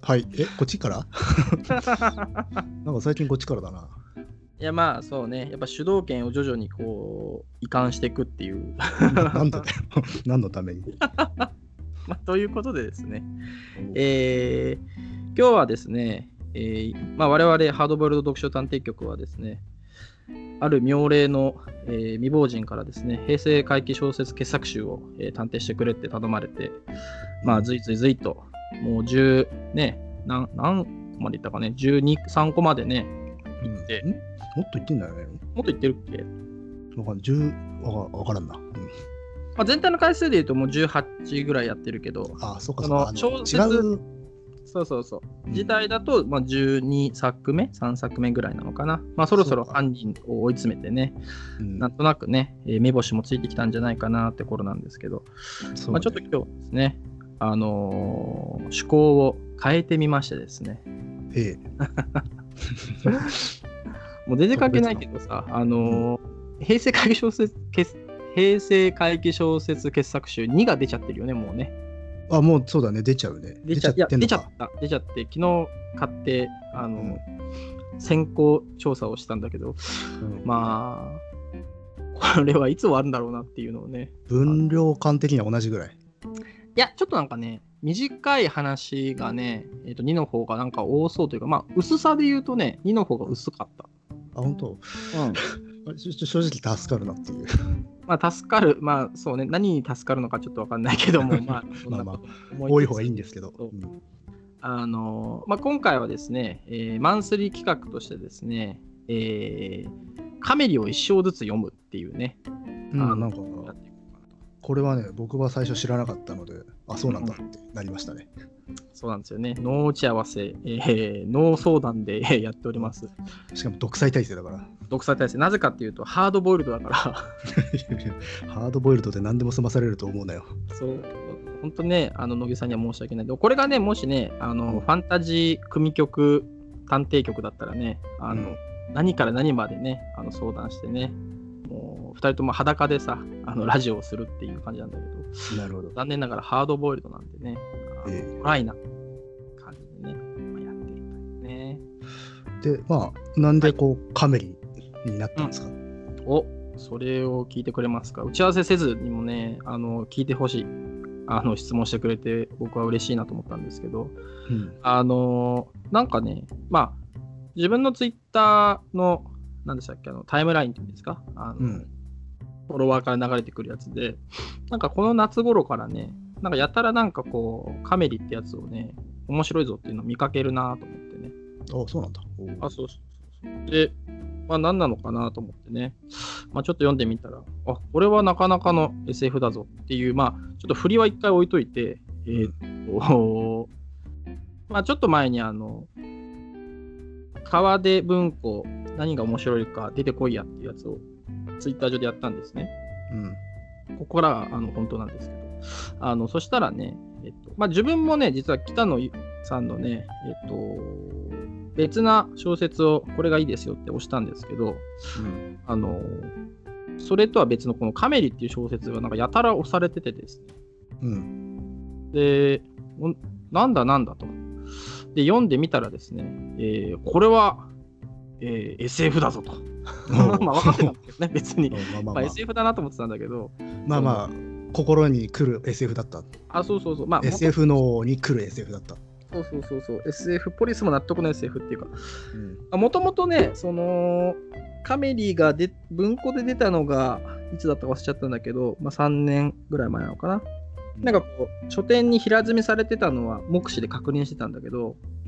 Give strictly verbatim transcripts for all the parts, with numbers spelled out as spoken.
はい。え、こっちからなんか最近こっちからだな。 いやまあそうね、やっぱ主導権を徐々にこう移管していくっていうなんでだよ。何のために。 まあ、ということでですね、えー、今日はですね、えーまあ、我々ハードボイルド読書探偵局はですね、ある妙齢の、えー、未亡人からですね、平成回帰小説傑作集を、えー、探偵してくれって頼まれて、まあ、ずいずいずいと、もうじゅう、ね、何、何個までいったかね、じゅうに、さんこまでね、いって、 うん、もっといってんだよね。 もっといってるっけ？ わかんじゅう、わかわからんな。うん、 まあ、全体の回数で言うともうじゅうはちぐらいやってるけど、 ああ、そっかそっか。 小説、 違う。 そうそうそう。自体だと、まあ、じゅうにさくめ、さんさくめぐらいなのかな。まあ、そろそろ犯人を追い詰めてね、うん、なんとなくね、えー、目星もついてきたんじゃないかなって頃なんですけど、ね、まあ、ちょっと今日ですね、あのー、趣向を変えてみましてですね。 ええ。 もう全然関係ないけどさ、あのー、平成回帰小説、平成回帰小説傑作集にが出ちゃってるよね、もうね。 あ、もうそうだね、出ちゃうね。 出ちゃってんのか。出ちゃった、出ちゃって、昨日買って、あの、うん、先行調査をしたんだけど、うん、まあ、これはいつ終わるんだろうなっていうのをね。 分量感的には同じぐらい。 いや、ちょっとなんかね、短い話がね、えーと、にの方がなんか多そうというか、まあ、薄さで言うとね、にの方が薄かった。 あ、本当？うん。正直助かるなっていう。 まあ、助かる、まあ、そうね、何に助かるのかちょっと分かんないけども、まあ、 まあまあ、多い方がいいんですけど。うん、 あのまあ、今回はですね、えー、マンスリー企画としてですね、えー、カメリを一章ずつ読むっていうね、 うん、あなんかこれはね、僕は最初知らなかったので、あ、そうなんだってなりましたね。 うん、そうなんですよね。脳打ち合わせ、えー、脳相談でやっております。 しかも独裁体制だから。 独裁体制。なぜかっていうと、ハードボイルドだから。 ハードボイルドで何でも済まされると思うなよ。 そう。本当ね、あの、野木さんには申し訳ない。これがね、もしね、あの、うん、ファンタジー組曲、探偵局だったらね、あの、うん、何から何までね、あの相談してね、もうふたりとも裸でさ、あのラジオをするっていう感じなんだけど、 なるほど。 残念ながらハードボイルドなんでね、えー、ドライな感じでね、まあ、やってるんだよね。 で、まあ、なんでこう、はい、カメリになったんですか？うん、 お、それを聞いてくれますか？打ち合わせせずにもね、あの聞いてほしい。あの質問してくれて僕は嬉しいなと思ったんですけど、うん、あのなんかね、まあ自分のツイッターの何でしたっけ、あのタイムラインっていうんですか、あの、うん、フォロワーから流れてくるやつで、なんかこの夏頃からね、なんかやたらなんかこうカメリってやつをね、面白いぞっていうのを見かけるなと思ってね。 あ、そうなんだ。 あ、そうそうそう。で、まあ何なのかなと思ってね、まあちょっと読んでみたら、あ、これはなかなかの エスエフ だぞっていう、まあちょっと振りは一回置いといて、えー、っと、まあちょっと前にあの、川出文庫、何が面白いか出てこいやっていうやつをツイッター上でやったんですね。うん。ここからはあの本当なんですけど、あの、そしたらね、えっと、まあ自分もね、実は北野さんのね、えっと、別な小説をこれがいいですよって押したんですけど、うん、あのそれとは別のこのカメリっていう小説がなんかやたら押されててですね、うん、でなんだなんだとで読んでみたらですね、えー、これは、えー、エスエフ だぞとまあ分かってたんだけどね別にまあまあまあまあ、エスエフ だなと思ってたんだけどまあまあ心に来る エスエフ だった。 あ、そうそうそう、まあ、 エスエフ のに来る エスエフ だった。 そうそうそうそう、エスエフ、ポリスも納得の エスエフ っていうか、もともとね、その、カメリがで文庫で出たのが、いつだったか忘れちゃったんだけど、まあ、さんねんぐらい前なのかな。うん、なんかこう、書店に平積みされてたのは、目視で確認してたんだけど、うん、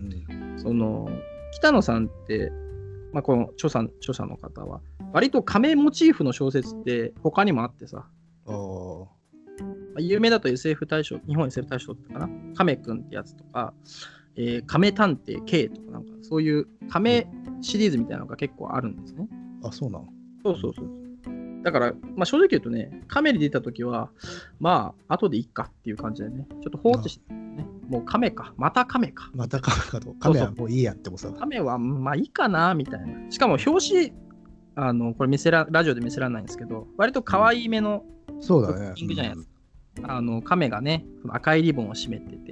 その、北野さんって、まあ、この著者、著者の方は、割と亀モチーフの小説って他にもあってさ、あ有名だと エスエフ 大賞、日本 エスエフ 大賞ってかな、亀くんってやつとか、えー、亀探偵 K とかなんかそういう亀シリーズみたいなのが結構あるんですね。 あ、そうなの？ そうそうそう。だから、まあ、正直言うとね、亀に出たときは、まあ、後でいいかっていう感じでね、ちょっと放置してね、もう亀か、また亀か。 また亀かと。亀はもういいやってもさ。 亀はまあいいかなみたいな。しかも表紙、あのこれ見せらラジオで見せられないんですけど、割と可愛いめのそうだね。 ピンクじゃないですか。あの亀がね、赤いリボンを締めてて、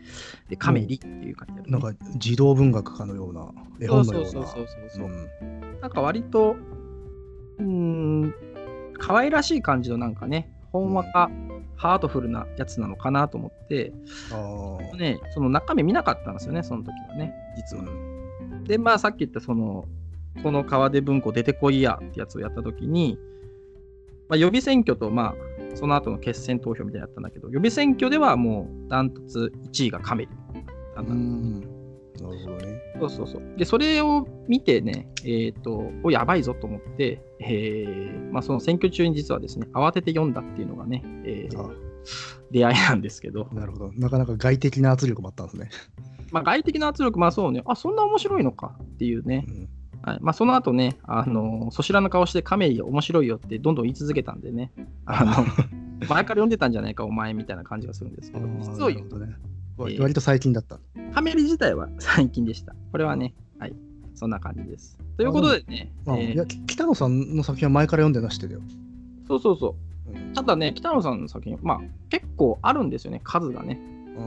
でカメリっていう書いてある、ね、 なんか児童文学かのような絵本のような。 そうそうそうそうそう、うん、なんか割とうーん可愛らしい感じのなんかね、ほんわか、うん、ハートフルなやつなのかなと思って、あね、その中身見なかったんですよね、その時はね、実は。うん、で、まあさっき言ったその、この川出文庫出てこいやってやつをやった時に、まあ、予備選挙と、まあ、その後の決選投票みたいなのやったんだけど、予備選挙ではもうダントツいちいがカメリ。うん、 なるほどね。 そうそうそう。で、それを見てね、えっと、お、やばいぞと思って、えーまあ、その選挙中に実はですね、慌てて読んだっていうのがね、えー、ああ出会いなんですけど。 なるほど。なかなか外的な圧力もあったんですね。 まあ、外的な圧力、まあそうね、あ、そんな面白いのかっていうね。うん、はい、まあ、その後ね、あの、そしらの顔してカメリ面白いよってどんどん言い続けたんでね、あの前から読んでたんじゃないか、お前みたいな感じがするんですけど、実を言うと、ね、 えー、割と最近だった。 カメリ自体は最近でした。これはね、はい、そんな感じです。ということでね、 ああえー、いや北野さんの作品は前から読んでなしてだよ。 そうそうそう。うん、ただね、北野さんの作品、まあ結構あるんですよね、数がね。うん、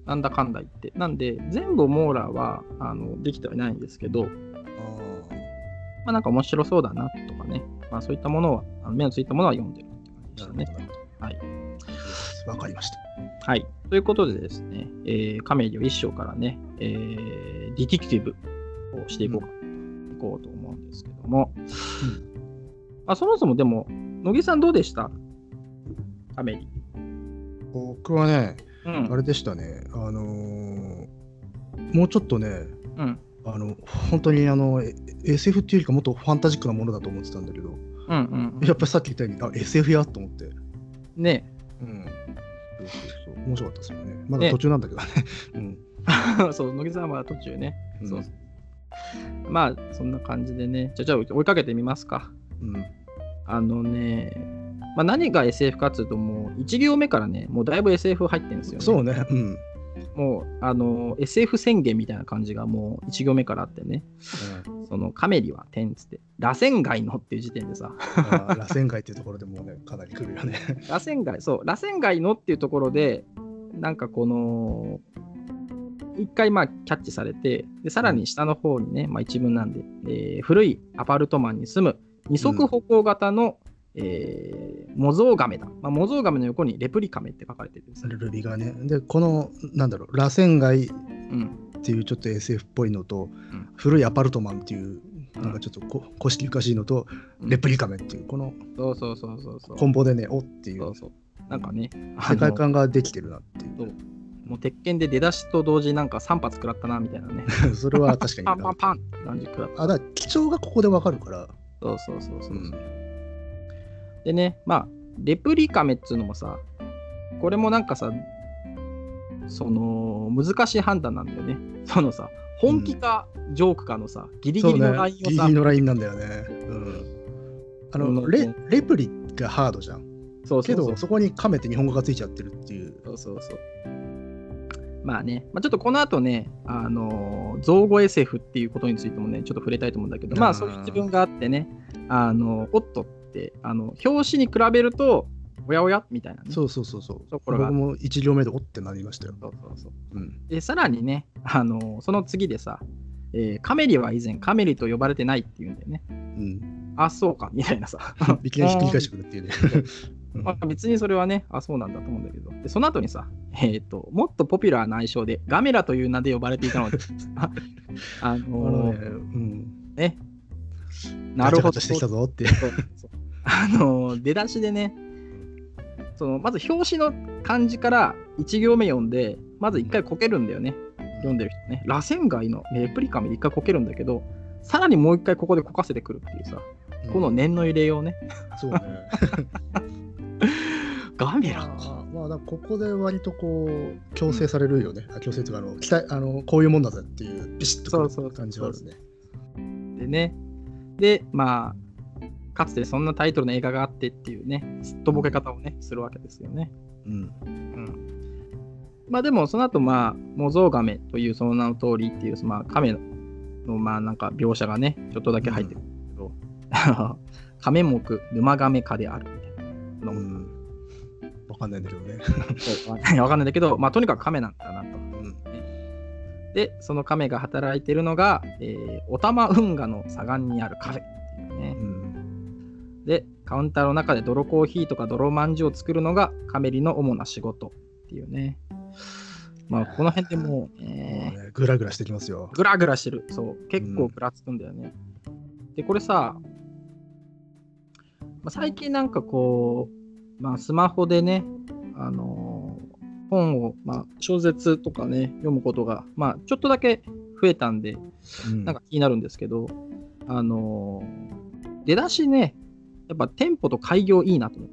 なんだかんだ言って。なんで、全部網羅はあのできてはいないんですけど、まあ、なんか面白そうだなとかね、まあ、そういったものは、あの目のついたものは読んでるって感じでしたね。はい。 わかりました。 はい。ということでですね、えー、カメリを一章からね、えー、ディティクティブをしていこうか、うん、いこうと思うんですけども、うんまあ、そもそもでも、乃木さんどうでしたカメリ。 僕はね、うん、あれでしたね、あのー、もうちょっとね、うんあの本当にあの エスエフ っていうよりかもっとファンタジックなものだと思ってたんだけど、うんうんうん、やっぱりさっき言ったようにあ エスエフ やと思ってねえ、うん、そうそうそう面白かったですよね。まだ途中なんだけどね、ねうん、そう乃木さんは途中ね、うん、そうそうまあそんな感じでね、じゃあじゃあ追いかけてみますか。うん、あのね、まあ、何が エスエフ かっていうともういち行目からねもうだいぶ エスエフ 入ってるんですよね。 そうね、うんもうあの エスエフ 宣言みたいな感じがもういち行目からあってね、うん、そのカメリは点つって螺旋街のっていう時点でさあ螺旋街っていうところでもうねかなり来るよね螺旋街そう螺旋街のっていうところでなんかこの一回まあキャッチされてでさらに下の方にね、まあ、一文なんで、えー、古いアパルトマンに住む二足歩行型の、うんえー、模造亀だ、まあ、模造亀の横にレプリカメって書かれてるんです、 ね、ルビがねでこのなんだろう螺旋街っていうちょっと エスエフ っぽいのと、うん、古いアパルトマンっていうなんかちょっとこ古式ゆかしいのと、うん、レプリカメっていうこのそうそうそうそうそうコンボでねおっていうそうそうなんかね世界観ができてるなっていうそうもう鉄拳で出だしと同時になんかさん発食らったなみたいなねそれは確かにパンパンパンって感じ食らったあだから基調がここでわかるからそうそうそうそうそう、うんでね、まあ、レプリカメっつうのもさ、これもなんかさ、その、難しい判断なんだよね。そのさ、本気かジョークかのさ、うん、ギリギリのラインをさ、 ね、ギリギリのラインなんだよね。うん。あの、レ、レプリがハードじゃん。そうそうそう。けど、そこにカメって日本語がついちゃってるっていう。 そうそうそう。まあね、まあ、ちょっとこの後ね、あのー、造語 エスエフ っていうことについてもね、ちょっと触れたいと思うんだけど、まあそういう自分があってね、あの、おっと、あの表紙に比べるとおやおやみたいなね。 そうそうそうそう。僕もいち行目でおってなりましたよ。そうそうそう。 うん、でさらにね、あのその次でさ、えー、カメリは以前カメリと呼ばれてないっていうんだよね。うん。あ、そうかみたいなさ。 いきなりひっくり返してくるっていうね。 まあ、別にそれはね、あ、そうなんだと思うんだけど。で、その後にさ、えっと、もっとポピュラーな愛称でガメラという名で呼ばれていたので、あのー、うん、ね。 なるほど。してきたぞってそうそうあの出だしでねそのまず表紙の漢字からいち行目読んでまずいっかいこけるんだよね読んでる人ね螺旋街のレプリカメでいっかいこけるんだけどさらにもういっかいここでこかせてくるっていうさ、うん、この念の入れようねそうねガメラまあ、まあ、だここで割とこう強制されるよね、うん、強制というかあの期待あのこういうもんだぜっていうビシッとくる感じはあるねでねでまあかつてそんなタイトルの映画があってっていうねすっとぼけ方をねするわけですよね。うん。うん、まあでもその後まあ模造亀というその名の通りっていうまあ亀のまあなんか描写がねちょっとだけ入ってくるけど、うん、亀目沼亀科であるみたいなのも、うん、 わかんないんだけどね。 わかんないんだけどまあとにかく亀なんだなと。うんで、その亀が働いてるのが、えー、オタマ運河の左岸にあるカフェっていうね。うん、で、カウンターの中で泥コーヒーとか泥まんじゅうを作るのがカメリの主な仕事っていうね。まあ、この辺でもう、えー、グラグラしてきますよ。 グラグラしてる。そう。結構ぐらつくんだよね。うん、で、これさ、まあ、最近なんかこう、まあ、スマホでね、あのー、本を、まあ、小説とかね、読むことが、まあ、ちょっとだけ増えたんで、うん、なんか気になるんですけど、あのー、出だしね、やっぱテンポと開業いいなと思った。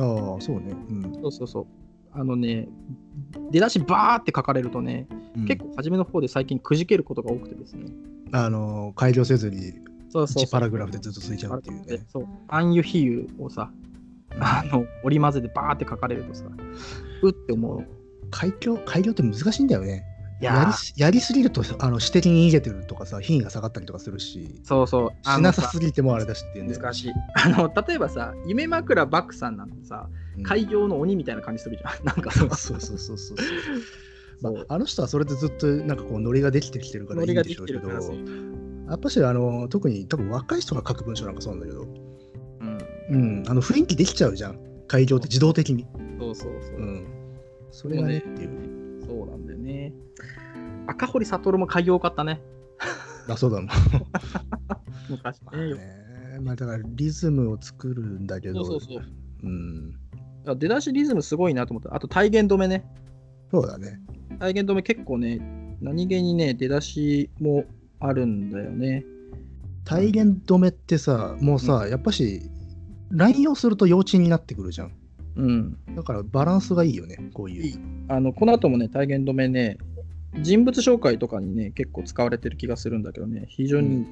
ああ、そうね。うん、 そうそうそう。あのね、出だしバーって書かれるとね、うん、結構初めの方で最近くじけることが多くてですね。 あのー、改良せずに、いちパラグラフでずっと続いちゃうっていうね。 そう、アンユヒユをさ、あの織り交ぜてバーって書かれるとさ、うって思う。 改良、改良って難しいんだよね。やり, やりすぎるとあの指摘に逃げてるとかさ、品位が下がったりとかするし、 そうそう、 しなさすぎてもあれだしっていうんで。 難しい。あの例えばさ、夢枕バックさんなんてさ、開業の鬼みたいな感じするじゃん。なんかそうそうそうそうそう。まあ、あの人はそれでずっとなんかこうノリができてきてるからいいんでしょうけど、やっぱしあの特に多分若い人が書く文章なんかそうなんだけど、うん、うん、あの雰囲気できちゃうじゃん。開業って自動的に。 そうそうそう。うん、 それがねっていう。 そうなんだよね。赤堀悟も開業多かったね。 あ、そうだな。 昔まあね。まあだからリズムを作るんだけど。 そうそうそう。うん。出だしリズムすごいなと思った。あと体言止めね。 そうだね。 体言止め結構ね、何気にね、出だしもあるんだよね。 体言止めってさ、もうさ、うん、やっぱし乱用すると幼稚になってくるじゃん。うん。だからバランスがいいよね、こういう。いい。 あの、この後もね、体言止めね、人物紹介とかにね、結構使われてる気がするんだけどね、非常に、うん、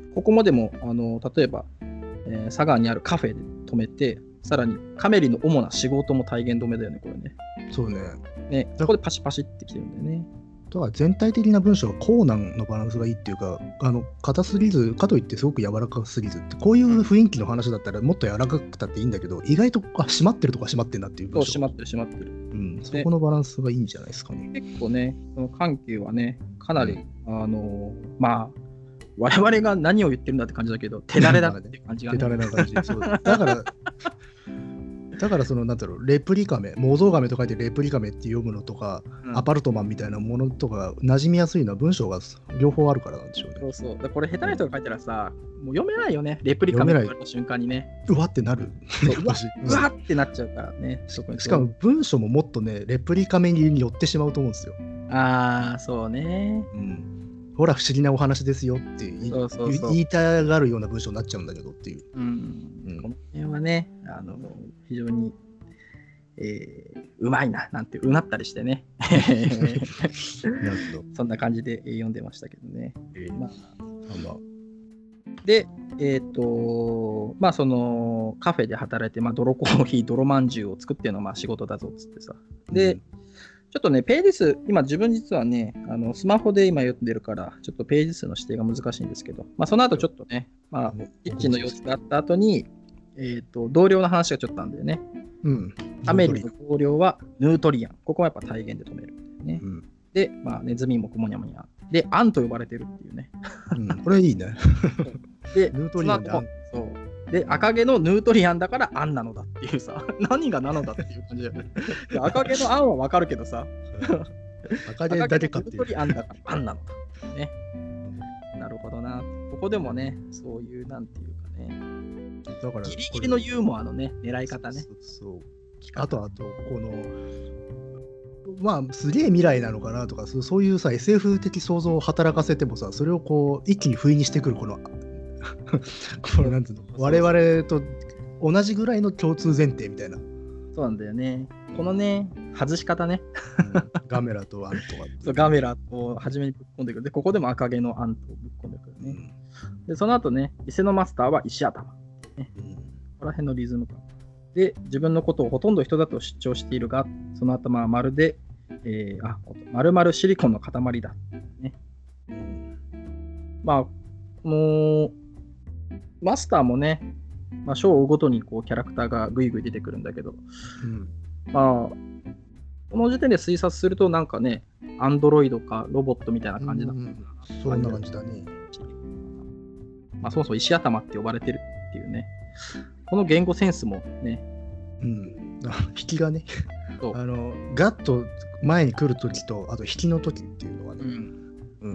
ここまでも、あの、例えば、えー、佐賀にあるカフェで止めて、さらにカメリの主な仕事も体言止めだよね、これね。 そうね。 ね、ここでパシパシってきてるんだよね。 だから全体的な文章は高難のバランスがいいっていうか、あの硬すぎずかといってすごく柔らかすぎずって、こういう雰囲気の話だったらもっと柔らかくたっていいんだけど、意外とあ締まってるとか締まってんなっていう文章。 そう、締まってる締まってる。 うん、そこのバランスがいいんじゃないですかね。 結構ね、その緩急はね、かなり、うん、あのまあ我々が何を言ってるんだって感じだけど、手だれだって感じが、ね、 手だれな感じ。そうだからだからそのなんだろう、レプリカメ、モゾウガメと書いてレプリカメって読むのとか、うん、アパルトマンみたいなものとか馴染みやすいのは文章が両方あるからなんでしょうね。 そうそう。だこれ下手な人が書いたらさ、もう読めないよね。レプリカメって言われた瞬間にね。 うわってなる。 うわ, うわってなっちゃうからね。 しかも文章ももっとね、レプリカメに寄ってしまうと思うんですよ。 ああ、そうね。 うん。ほら不思議なお話ですよって言 い, そうそうそう言いたがるような文章になっちゃうんだけどっていう。うんうん、この辺はね、あの非常に、えー、うまいななんてうなったりしてね。なるほど。そんな感じで読んでましたけどね。えーまあまあ、で、えっ、ー、と、まあそのカフェで働いて、まあ、泥コーヒー、泥まんじゅうを作っていうのはまあ仕事だぞっつってさ。で、うんちょっとね、ページ数、今自分実はね、あのスマホで今読んでるから、ちょっとページ数の指定が難しいんですけど、まあ、その後ちょっとね、まあ、キッチンの様子があった後に、えっと、同僚の話がちょっとあるんだよね。うん。アメリカの同僚はヌートリアン。ここはやっぱ体言で止めるんだよね。うん、で、まあ、ネズミもクモニャモニャ。で、アンと呼ばれてるっていうね。 うん、これいいね。 で、ヌートリアンでアン。そう。で、赤毛のヌートリアンだからアンなのだっていうさ、何がなのだっていう感じだよね。赤毛のアンはわかるけどさ、 赤毛だけかっていう。 ヌートリアンだからアンなのだ。ね。なるほどな。ここでもね、そういうなんていうかね、だからギリギリのユーモアのね、狙い方ね。そうそうあとあと、この、まあ、すげえ未来なのかなとか、そういうさ、エスエフ 的想像を働かせてもさ、それをこう、一気に不意にしてくる、この、これなんていうの我々と同じぐらいの共通前提みたいな。 そうなんだよね。このね、外し方ね。 うん、ガメラとアントが。 そう、ガメラを初めにぶっ込んでくる。で、ここでも赤毛のアントをぶっ込んでくるね。うん、で、その後ね、伊勢のマスターは石頭。ねうん、ここら辺のリズム感。で、自分のことをほとんど人だと主張しているが、その頭はまるで、えー、あ、まるまるシリコンの塊だ。ねうん、まあ、もう、マスターもね、まあ、章を追うごとにこうキャラクターがぐいぐい出てくるんだけど、うん、まあ、 この時点で推察すると、なんかね、アンドロイドかロボットみたいな感じだった、うん、 そんな感じだね。 まあ、そもそも石頭って呼ばれてるっていうね、この言語センスもね、 うん、引きがね、あのガッと前に来るときと、あと引きのときっていうのはね、うんうん、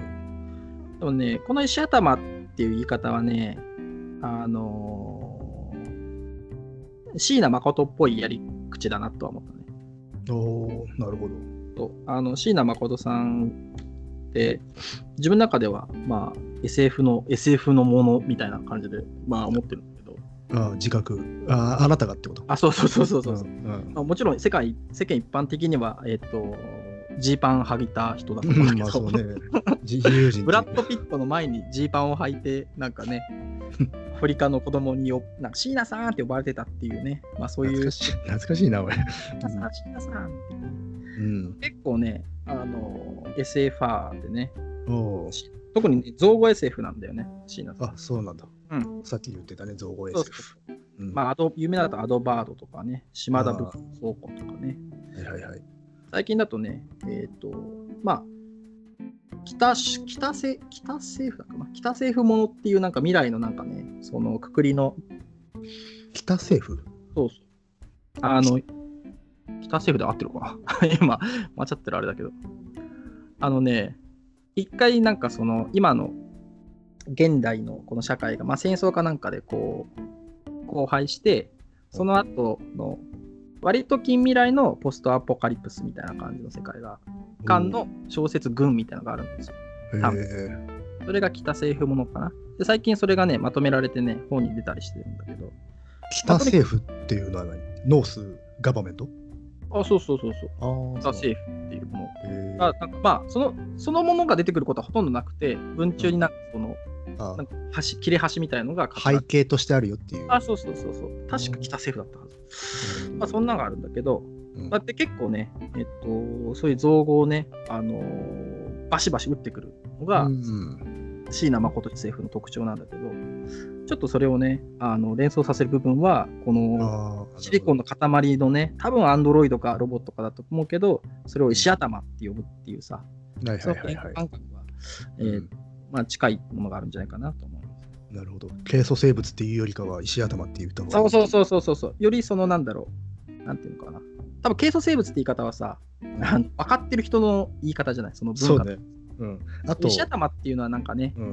でもね、この石頭っていう言い方はね、あのー、椎名誠っぽいやり口だなとは思ったね。 おー、なるほど。 あの椎名誠さんって自分の中では、まあ、エスエフ の エスエフ のものみたいな感じで、まあ、思ってるんだけど。 ああ、自覚あ。あなたがってこと。 あ、そうそうそうそうそう、うんうんまあ、もちろん世界世間一般的には、えっと、ジーパン履いた人だと思うんだけど、まあそうね、自由人ブラッド・ピットの前にジーパンを履いて、なんかね、アフリカの子供によなんかシーナさんって呼ばれてたっていうね、まあそういう。 懐かしい、懐かしいな、俺。 シーナさん、シーナさんって、うん、結構ね、あの エスエフ でね、お特に、ね、造語 エスエフ なんだよね、シーナさん。 あ、そうなんだ。うん、さっき言ってたね、造語 エスエフ。そうそううん、まあ、あと有名だとアドバードとかね、島田武庫倉庫とかね。 はいはいはい。 最近だとね、えっ、ー、と、まあ、北、北西、北政府だかな北政府ものっていうなんか未来のなんかね、そのくくりの。 北政府そうそう。あの、北政府で合ってるかな今、間違ってるあれだけど。あのね、一回なんかその、今の現代のこの社会が、まあ戦争かなんかでこう、荒廃して、その後の、割と近未来のポストアポカリプスみたいな感じの世界が、間の小説群みたいなのがあるんですよ。多分それが北政府ものかな。で、最近それがね、まとめられてね、本に出たりしてるんだけど。 北政府っていうのは何？ノースガバメント？ あ、そうそうそうそう。北政府っていうもの。あなんかまあその、そのものが出てくることはほとんどなくて、文中になんかその、ああなんか端切れ端みたいなのが背景としてあるよっていう。 あ、そうそうそうそう。確か北政府だったはず。まあそんなのがあるんだけど、うん、だって結構ね、えっと、そういう造語をね、あのー、バシバシ打ってくるのが、椎名誠エスエフの特徴なんだけど、ちょっとそれをね、あの連想させる部分は、このシリコンの塊のね、多分アンドロイドかロボットかだと思うけど、それを石頭って呼ぶっていうさ、 はいはいはいはい、 感覚は、えーうんまあ、近いものがあるんじゃないかなと思います。 なるほど。軽素生物っていうよりかは石頭って言った方がいい。 そうそうそうそうそう。よりそのなんだろう。なんていうのかな。多分軽素生物って言い方はさ、うん、分かってる人の言い方じゃない。その文化。そうね。うん、あと石頭っていうのはなんかね、うん、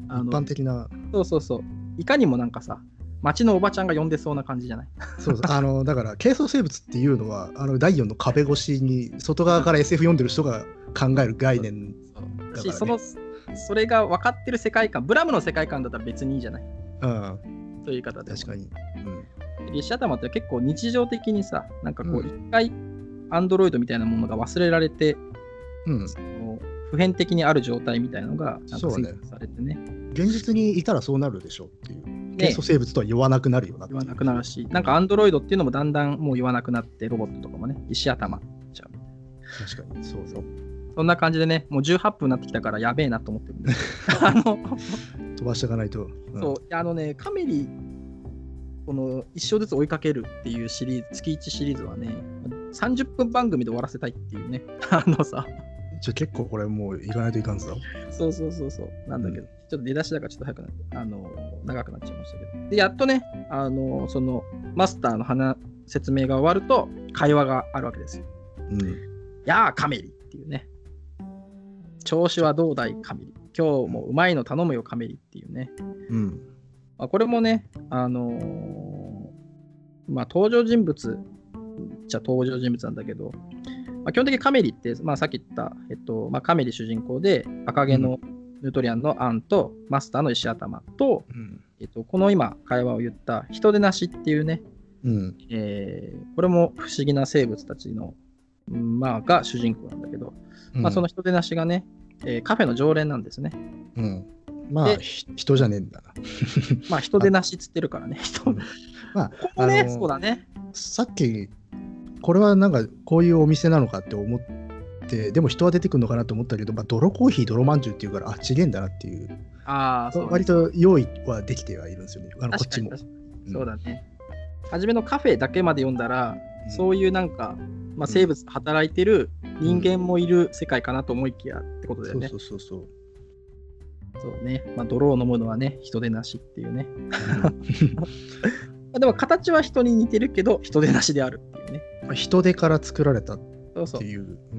あの一般的な。 そうそうそう。いかにもなんかさ、町のおばちゃんが呼んでそうな感じじゃない。 そうそうあのだから軽素生物っていうのはあのだいよんの壁越しに外側から エスエフ 読んでる人が考える概念だからね。 そのそれが分かってる世界観、ブラムの世界観だったら別にいいじゃない。うん。という言い方で。 確かに。 うん。石頭って結構日常的にさ、なんかこう、一回、アンドロイドみたいなものが忘れられて、うん、その普遍的にある状態みたいなのが、なんか推測されてね。 現実にいたらそうなるでしょうっていう。軽素生物とは言わなくなるよなっていう。 言わなくなるし、なんかアンドロイドっていうのもだんだんもう言わなくなって、ロボットとかもね、石頭っちゃう。 確かに、そうそう。 そんな感じでね、もうじゅうはっぷんになってきたからやべえなと思ってるんですあの飛ばしていかないと。 うん、そう、あのね、カメリ、この一生ずつ追いかけるっていうシリーズ、月いちシリーズはね、さんじゅっぷん番組で終わらせたいっていうね、あのさ。 じゃ結構これもう行かないといかんぞ。 そうそうそうそう、なんだけど、うん、ちょっと出だしだからちょっと早くなって、あの、長くなっちゃいましたけど。で、やっとね、あの、その、マスターの話、説明が終わると、会話があるわけですよ。うん。やあ、カメリっていうね。調子はどうだいカメリ。今日もうまいの頼むよカメリっていうね。うん。まあ、これもね、あのー、まあ登場人物じゃ登場人物なんだけど、まあ、基本的にカメリって、まあ、さっき言った、えっとまあ、カメリ主人公で赤毛のヌートリアンのアンと、うん、マスターの石頭と、うんえっと、この今会話を言った人でなしっていうね、うんえー、これも不思議な生物たちの、まあ、が主人公なんだけど、うんまあ、その人でなしがね、えー、カフェの常連なんですね。 うん、まあ人じゃねえんだな。 まあ人でなしっつってるからね。人、うん、まあここね、あのー、そうだね。 さっきこれはなんかこういうお店なのかって思ってでも人は出てくるのかなと思ったけど、まあ、泥コーヒー泥まんじゅうっていうからあちげえんだなっていう。あそう、ね、割と用意はできてはいるんですよね。あのこっちも。 そうだね。初めのカフェだけまで読んだらそういうなんか、まあ、生物働いてる人間もいる世界かなと思いきやってことだよね。 そうそうそうそう。 そうね。まあ、泥を飲むのはね、人手なしっていうね。でも形は人に似てるけど、人手なしであるっていうね。 まあ、人手から作られたっていう。 そうそう。 うん、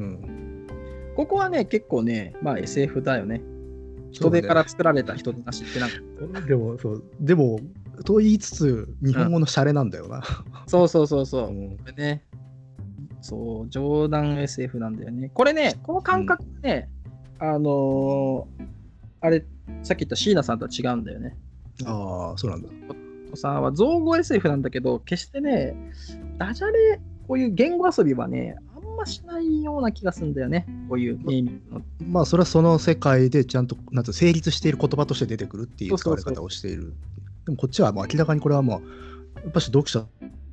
ここはね、結構ね、まあ エスエフ だよね。人手から作られた人手なしってなんか。 でも、そう。でも、と言いつつ、日本語のシャレなんだよな。うん、 そうそうそうそう。うん、これね。そう、冗談 エスエフ なんだよね。これね、この感覚ね、うん、あのー、あれ、さっき言った椎名さんとは違うんだよね。 ああ、そうなんだ。 さんは造語 エスエフ なんだけど、決してね、ダジャレ、こういう言語遊びはね、あんましないような気がするんだよね。こういうネーミングの。 まあ、それはその世界でちゃんとなんと成立している言葉として出てくるっていう使われ方をしている。そうそうそう。でもこっちはもう明らかにこれはもう、やっぱし読者。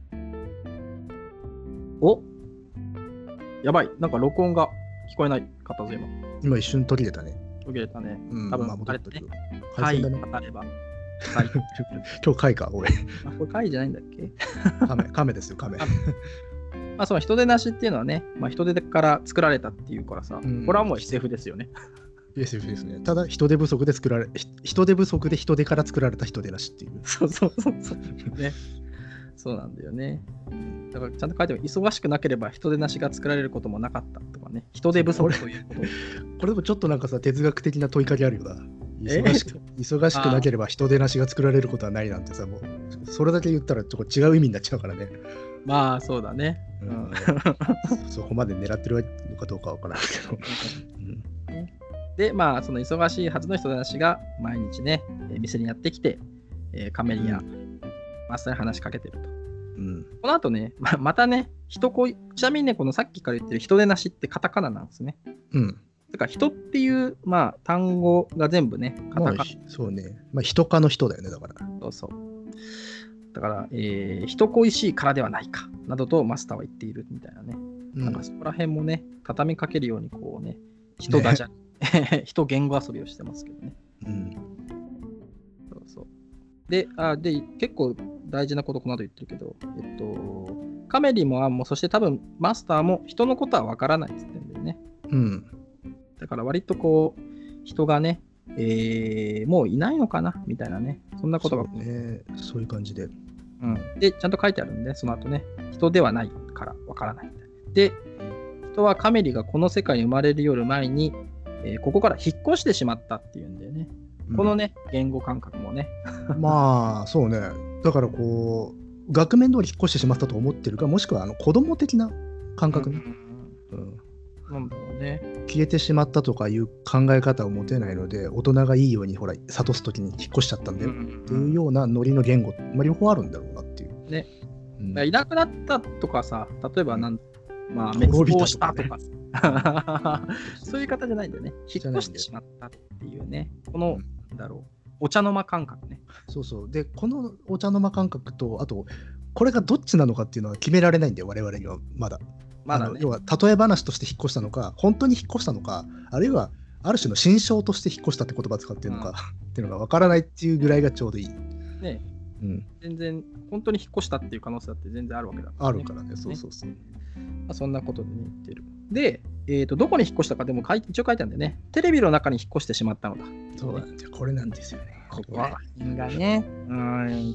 おやばい、なんか録音が聞こえないかったぞ、今。 今一瞬途切れたね。 途切れたね。 うん、 多分、 まあ、戻ったけど。 回線だね。当たれば。 はい、今日回か、俺。 あ、これ回じゃないんだっけ？ 亀、亀ですよ、亀。 まあ、その人手なしっていうのはね、まあ、人手から作られたっていうからさ、うん、これはもう エスエフ ですよね。 エスエフ ですね。ただ、人手不足で作られ、人手不足で人手から作られた人手なしっていう。 そうそうそうそう。ね。そうなんだよね。だからちゃんと書いても、忙しくなければ人手なしが作られることもなかったとかね。人手不足ということ。 これでもちょっとなんかさ、哲学的な問いかけあるよな。忙しく、忙しくなければ人手なしが作られることはないなんてさ、もうそれだけ言ったらちょっと違う意味になっちゃうからね。 まあそうだね。 うん、そこまで狙ってるのかどうかわからないけど。 うん、で、まあその忙しいはずの人手なしが毎日ね、店にやってきて、えー、カメリやマスターに話しかけてると。うん、この後ね、ま, またね、人恋、ちなみにね、このさっきから言ってる人手なしってカタカナなんですね。 うん。 だから人っていう、まあ、単語が全部ね、カタカナ。 まあ、そうね。まあ、人かの人だよね、だから。 そうそう。だから、えー、人恋しいからではないか、などとマスターは言っているみたいなね。うん、なんかそこら辺もね、畳みかけるように、こうね、人だじゃ、ね、人言語遊びをしてますけどね。うん。そうそう。で、あで結構大事なことこの後言ってるけど、えっと、カメリもアンも、そして多分マスターも人のことは分からないって言ってるんだよね。 うん。 だから割とこう、人がね、えー、もういないのかなみたいなね。そんなことが。 そうね。そういう感じで。 うん。で、ちゃんと書いてあるんで、その後ね、人ではないから分からないみたいな。で、人はカメリがこの世界に生まれるより前に、えー、ここから引っ越してしまったっていうんだよね。このね、言語感覚もね。 まあ、そうね。だからこう、額面通り引っ越してしまったと思ってるか、もしくはあの子供的な感覚ね。うん。うん、 なんだろうね。 消えてしまったとかいう考え方を持てないので、大人がいいようにほら、諭すときに引っ越しちゃったんだよっていうようなノリの言語、まあ、両方あるんだろうなっていう。 ね。うん、いなくなったとかさ、例えばなん、まあ、滅亡したとか、そういう方じゃないんだよね。引っ越してしまったっていうね。この、なんだろう、お茶の間感覚ね。 そうそう。で、このお茶の間感覚と、あと、これがどっちなのかっていうのは決められないんだよ、我々にはまだ。まだね、要は例え話として引っ越したのか、本当に引っ越したのか、あるいはある種の心象として引っ越したって言葉を使ってるのか、うん、っていうのが分からないっていうぐらいがちょうどいい。 ね、うん、全然本当に引っ越したっていう可能性だって全然あるわけだから、 ね、あるからね、そうそうそう。まあ、そんなことで、ね、言ってる。で、えーと、どこに引っ越したかでも書い一応書いてあるんだよね。テレビの中に引っ越してしまったのだ。 そうなんですよ。これなんですよね。 ここはがね、うん、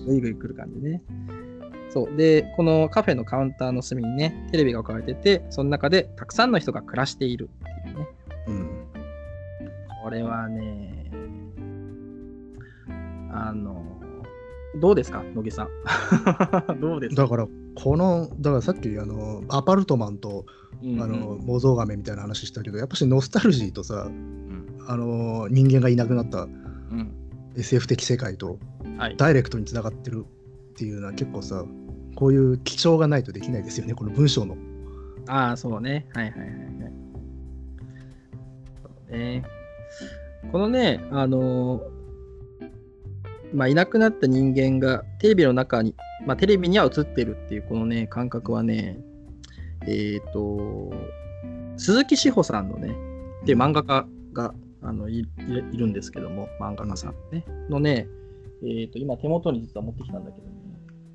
ぐいぐい来る感じね。そうで、このカフェのカウンターの隅にね、テレビが置かれてて、その中でたくさんの人が暮らしているっていうね。うん。これはね、あの、どうですか、乃木さん。どうですか。 だから、この、だからさっき、あの、アパルトマンと、うんうん、あの、モゾウガメみたいな話したけど、やっぱしノスタルジーとさ、うん、あの、人間がいなくなった、うん、エスエフ 的世界と、はい、ダイレクトにつながってるっていうのは結構さ、こういう基調がないとできないですよね、この文章の。 ああ、そうね。はいはいはいはい。そうね。このね、あのー、まあ、いなくなった人間がテレビの中に、まあ、テレビには映ってるっていうこのね、感覚はね、えっと、鈴木志保さんのね、っていう漫画家が、うん、あの い, いるんですけども、漫画家さんね、のね、えっと、今手元に実は持ってきたんだけど、ね、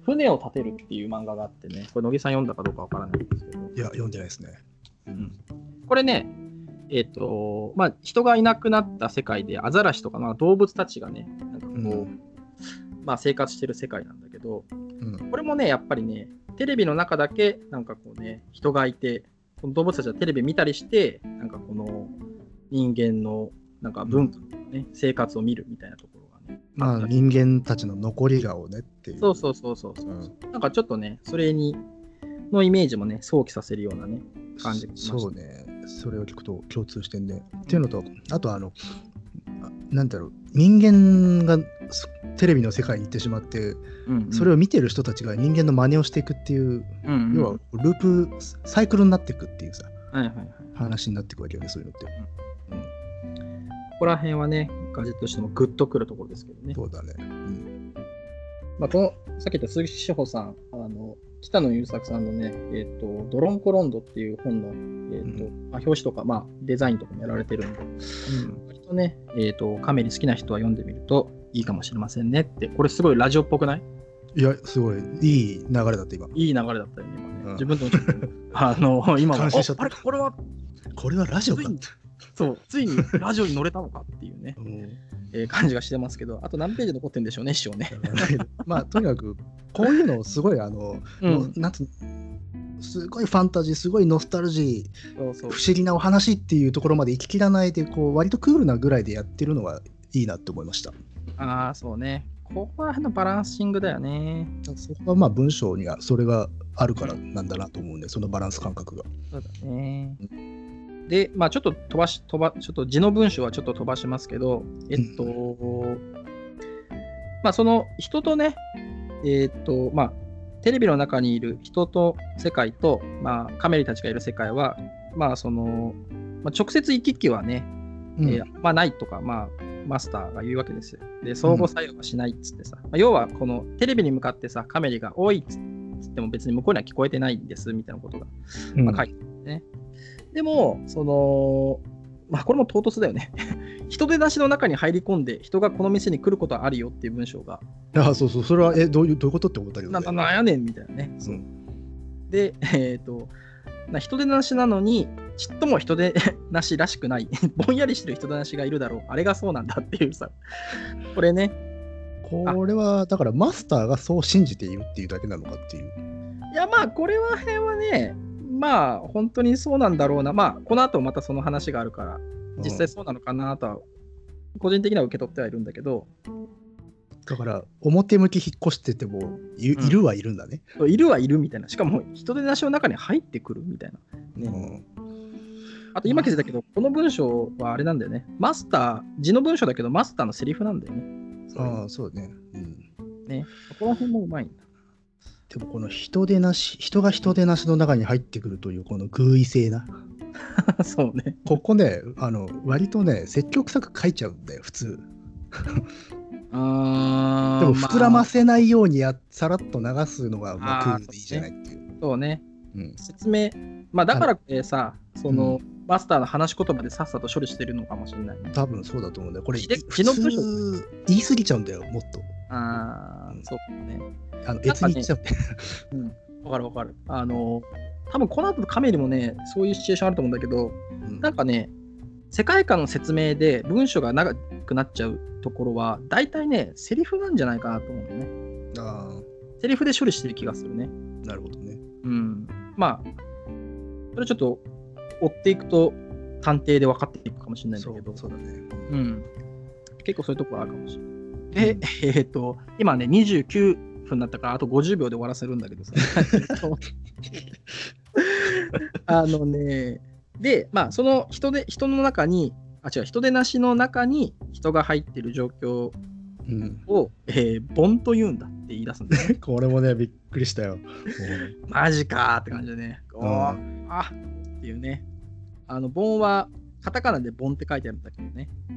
船を建てるっていう漫画があってね、これ、乃木さん読んだかどうかわからないんですけど。 いや、読んでないですね。 うん、これね、えっ、ー、と、まあ、人がいなくなった世界で、アザラシとか、まあ、動物たちがね、なんかこう、うん、まあ、生活してる世界なんだけど、うん、これもね、やっぱりね、テレビの中だけ、なんかこうね、人がいて、この動物たちはテレビ見たりして、なんかこの人間のなんか文化とかね、うん、生活を見るみたいなところがね。 まあ、人間たちの残り顔ねっていう。 そうそうそうそうそう、うん。なんかちょっとね、それに、のイメージもね、想起させるようなね、感じがしました。 そうね、それを聞くと共通してんね。うん、っていうのと、あとあの、なんだろう、人間がテレビの世界に行ってしまって、うんうん、それを見てる人たちが人間の真似をしていくっていう、うんうん、要はループサイクルになっていくっていうさ、はいはいはい、話になっていくわけよね、そういうのって、うんうん、 ここら辺はね、ガジェットとしてもグッとくるところですけどね。 そうだね、うんまあ、このさっき言った鈴木志保さん、あの北野優作さんのね、えーと、ドロンコロンドっていう本の、えーとうんまあ、表紙とか、まあ、デザインとかもやられてるんで、うん、割とね、えーと、カメリ好きな人は読んでみるといいかもしれませんねって、これすごいラジオっぽくない？ いや、すごいいい流れだった今。 いい流れだったよね、今ね。うん、自分でもちょっと、あの、今は、あれ、これは、 これはラジオかそう、ついにラジオに乗れたのかっていうね、うんえー、感じがしてますけど、あと何ページ残ってるんでしょうね、師匠ね。 まあ、とにかく、こういうのをすごい、あの、うん、なんつすごいファンタジー、すごいノスタルジー、そうそう不思議なお話っていうところまで行ききらないで、こう割とクールなぐらいでやってるのはいいなって思いました。 ああ、そうね。ここら辺のバランシングだよね。 そこはまあ文章にはそれがあるからなんだなと思うんで、そのバランス感覚が。 そうだね。うんで、まあちょっと飛ばし、飛ば、ちょっと字の文章はちょっと飛ばしますけど、えっと、うん、まあその人とね、えっと、まあテレビの中にいる人と世界と、まあカメリたちがいる世界は、まあその、まあ、直接行き来はね、うんえー、まあないとか、まあマスターが言うわけですよ。で、相互作用はしないっつってさ、うんまあ、要はこのテレビに向かってさ、カメリが多いっつっても別に向こうには聞こえてないんですみたいなことが、まあ、書いてあるね。うんでも、その、まあ、これも唐突だよね。人手出しの中に入り込んで、人がこの店に来ることはあるよっていう文章が。 あそうそう、それは、え、どういう、どういうことって思ったけど、ね。 な、なんやねんみたいなね。そう。で、えっと、な人手なしなのに、ちっとも人手なしらしくない、ぼんやりしてる人手なしがいるだろう。あれがそうなんだっていうさ。これね。 これは、だからマスターがそう信じているっていうだけなのかっていう。 いや、まあ、これは辺はね、まあ本当にそうなんだろうな、まあこの後またその話があるから実際そうなのかなとは個人的には受け取ってはいるんだけど、 だから表向き引っ越してても い,、うん、いるはいるんだね。 いるはいるみたいな、しかも人手なしの中に入ってくるみたいな、ねうん、あと今気づいたけどこの文章はあれなんだよね、マスター字の文章だけどマスターのセリフなんだよね。 ああそうね、うん、 ねこの辺もうまいんだ。 でもこの人手なし、人が人手なしの中に入ってくるというこの偶意性な。 そうね。 ここね、あの割とね、積極臭く書いちゃうんだよ、普通。あでも膨らませないようにや、さらっと流すのがまあクールでいいじゃないっていう。 そうね。うん、説明、まあだからえさ、その、うん、マスターの話し言葉でさっさと処理してるのかもしれない、ね。 多分そうだと思うんだよ。これ、普通言い過ぎちゃうんだよ、もっと。 ああ、うん、そうね。 あの、別に言っちゃう。 うん、わかるわかる。あの、多分この後のカメリもね、そういうシチュエーションあると思うんだけど、うん、なんかね、世界観の説明で文章が長くなっちゃうところは、大体ね、セリフなんじゃないかなと思うのね。あセリフで処理してる気がするね。 なるほどね。 うん。まあ、それちょっと追っていくと探偵で分かっていくかもしれないんだけど。 そう、そうだね。 うん。結構そういうところあるかもしれない。で、うん、えっと、今ね、にじゅうきゅうふんだったから、あとごじゅうびょうで終わらせるんだけどさ。あのね、で、まあ、その人で、人の中に、あ、違う、人手なしの中に人が入ってる状況を、うんえー、ボンと言うんだって言い出すんだ、ね。 これもね、びっくりしたよ。 マジかーって感じでね。うん、あっていうね。あの、ボンは、カタカナでボンって書いてあるんだけどね。うん、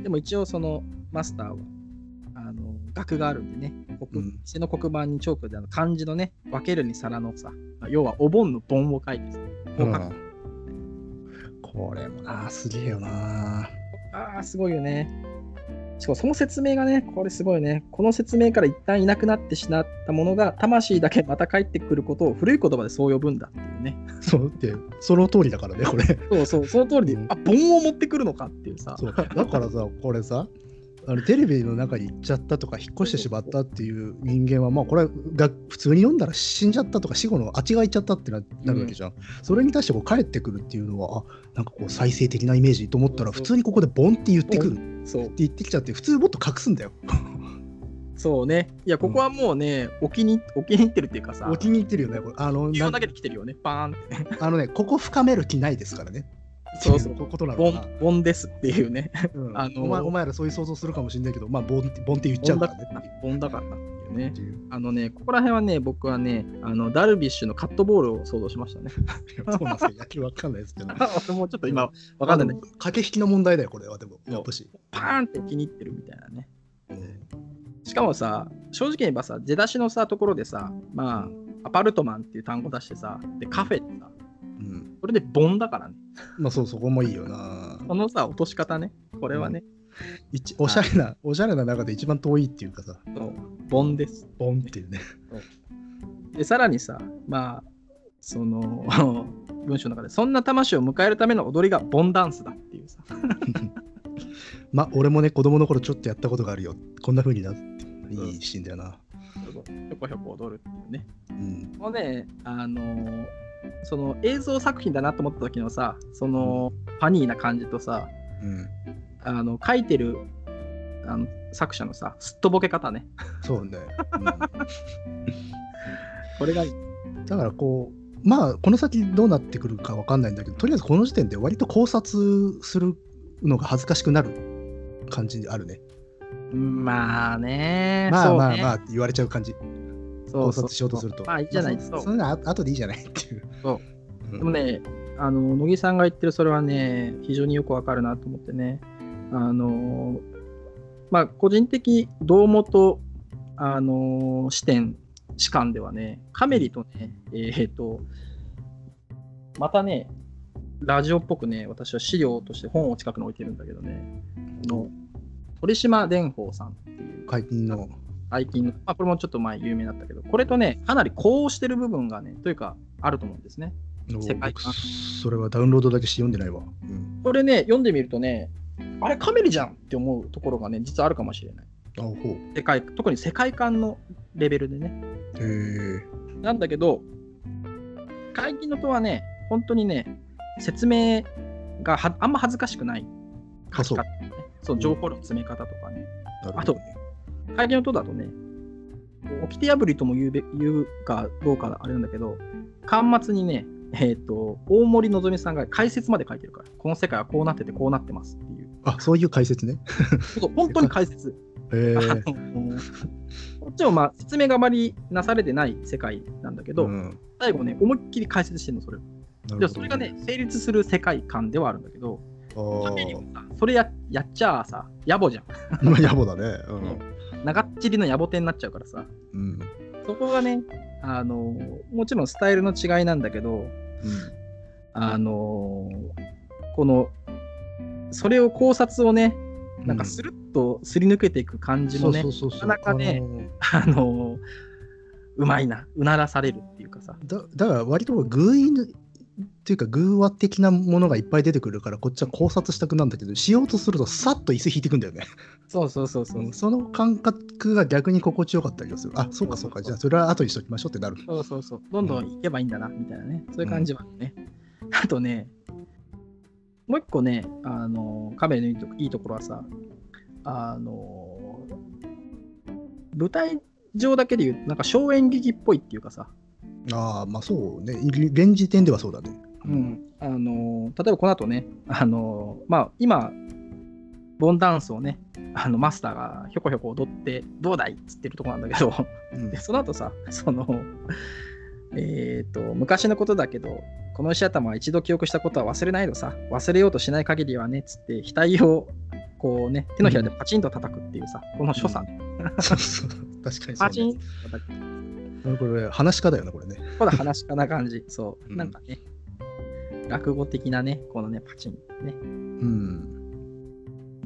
でも一応、その、マスターは、あの、額があるんでね、国、うん、店の黒板にチョークであの漢字のね、分けるに皿のさ、要はお盆のボンを書いてさ、こう書く。うんこれもな、すげえよな。 ああ、すごいよね。 しかもその説明がね、これすごいね。この説明から一旦いなくなってしまったものが、魂だけまた帰ってくることを古い言葉でそう呼ぶんだっていうね。 そうって、その通りだからね、これ。 そうそう、その通りで、うん、あ、盆を持ってくるのかっていうさ。 そうだからさ、これさ、あのテレビの中に行っちゃったとか引っ越してしまったっていう人間はまあこれが普通に読んだら死んじゃったとか死後のあっちが行っちゃったってなるわけじゃん、うん、それに対してこう帰ってくるっていうのはあなんかこう再生的なイメージと思ったら普通にここでボンって言ってくるって言ってきちゃって普通もっと隠すんだよそうね。いや、ここはもうね、うん、置きに置きに入ってるっていうかさ、 置きに入ってるよね。これあの言うだけで来てるよね。パーンって。 あのね、ここ深める気ないですからね。 そうそう、 ことなのボン、ボンですっていうね。 うん、あのお前、お前らそういう想像するかもしれないけど、まあ、ボンって、ボンって言っちゃうからね。 ボンだからなっていうね。あのね、ここら辺はね、僕はね、あのダルビッシュのカットボールを想像しましたね。 そうなんですよ。野球わかんないですけど。 もうちょっと今、わかんないんだけど。 駆け引きの問題だよ、これは。でも、やっぱし。 パーンって気に入ってるみたいなね。うん、しかもさ、正直に言えばさ、出だしのさ、ところでさ、まあ、アパルトマンっていう単語出してさ、で、カフェってさ、うん、それでボンだからね。 まあそう、そこもいいよな。 このさ、落とし方ね。これはね。 うん、おしゃれな、おしゃれな中で一番遠いっていうかさ。 そう、ボンです。 ボンっていうね。 で、さらにさ、まあ、その、文章の中で、そんな魂を迎えるための踊りがボンダンスだっていうさ。 まあ、俺もね、子供の頃ちょっとやったことがあるよ。こんな風になって、いいシーンだよな。 そうそう、ひょこひょこ踊るっていうね。うん、もうね、あのー、その映像作品だなと思った時のさ、その、うん、ファニーな感じとさ、うん、あの書いてるあの作者のさ、すっとぼけ方ね。 そうね。うん、 これがいい。 だからこう、まあ、この先どうなってくるかわかんないんだけど、とりあえずこの時点で割と考察するのが恥ずかしくなる感じあるね。 まあね。 まあまあまあって言われちゃう感じ。考察しようとすると。 まあいいじゃないですか。 そんなの後でいいじゃないっていう。 そう。うん、でもね、あの乃木さんが言ってるそれはね、非常によくわかるなと思ってね。あのまあ個人的堂本あの視点視観ではね、カメリとね、えっとまたね、ラジオっぽくね、私は資料として本を近くに置いてるんだけどね、あの鳥島蓮舫さんっていう解禁の。 最近の、まあ、これもちょっと前有名だったけど、これとね、かなり呼応してる部分がね、というか、あると思うんですね。世界観。 それはダウンロードだけして読んでないわ。 うん、これね、読んでみるとね、あれ、カメリじゃんって思うところがね、実はあるかもしれない。 あ、ほう。 世界、特に世界観のレベルでね。 へえ。 なんだけど、解禁のとはね、本当にね、説明がはあんま恥ずかしくない書き方、ね。そう、情報の詰め方とかね。うん、あと、会見のとだとね、掟破りとも言うべ言うかどうかあれなんだけど、巻末にね、えっと、大森のぞみさんが解説まで書いてるから、この世界はこうなっててこうなってますっていう。 あ、そういう解説ね。 そう本当に解説。 へーこっちもまあ説明があまりなされてない世界なんだけど、うん、最後ね、思いっきり解説してるの、それを。でそれがね、成立する世界観ではあるんだけど、それ や, やっちゃあさ、野暮じゃん。 まあ野暮だね。うん長っちりの野暮天になっちゃうからさ、うん、そこがね、あのもちろんスタイルの違いなんだけど、うん、あのこのそれを考察をね、なんかスルッとすり抜けていく感じのね、なかなかね、あのうまいな、うならされるっていうかさ。 だ, だから割と偶因っていうか偶話的なものがいっぱい出てくるからこっちは考察したくなるんだけど、しようとするとさっと椅子引いてくんだよね。 そうそうそうそう、 うん、その感覚が逆に心地よかったりする。あ、そうかそうか、じゃあそれは後にしときましょうってなる。 そうそうそう、どんどん行けばいいんだなみたいなね、そういう感じはね、うん、あとね、もう一個ね、あのカメラのいいと、いいところはさ、あの舞台上だけで言うなんか小演劇っぽいっていうかさ。 ああ、まあそうね。現時点ではそうだね。 うん。あのー、例えばこの後ね、あのー、まあ今、ボンダンスをね、あのマスターがひょこひょこ踊って、どうだいっつってるとこなんだけど、うん、でその後さ、その、えっと、昔のことだけど、この石頭は一度記憶したことは忘れないのさ、忘れようとしない限りはね、つって、額をこうね、手のひらでパチンと叩くっていうさ、うん、この所作ね。 そうそう、確かにそう、ね。 パチンと叩く。 これ、話し家だよね、これね。 これ話し家な感じ。そう。うん、なんかね、落語的なね、このね、パチンね。うん。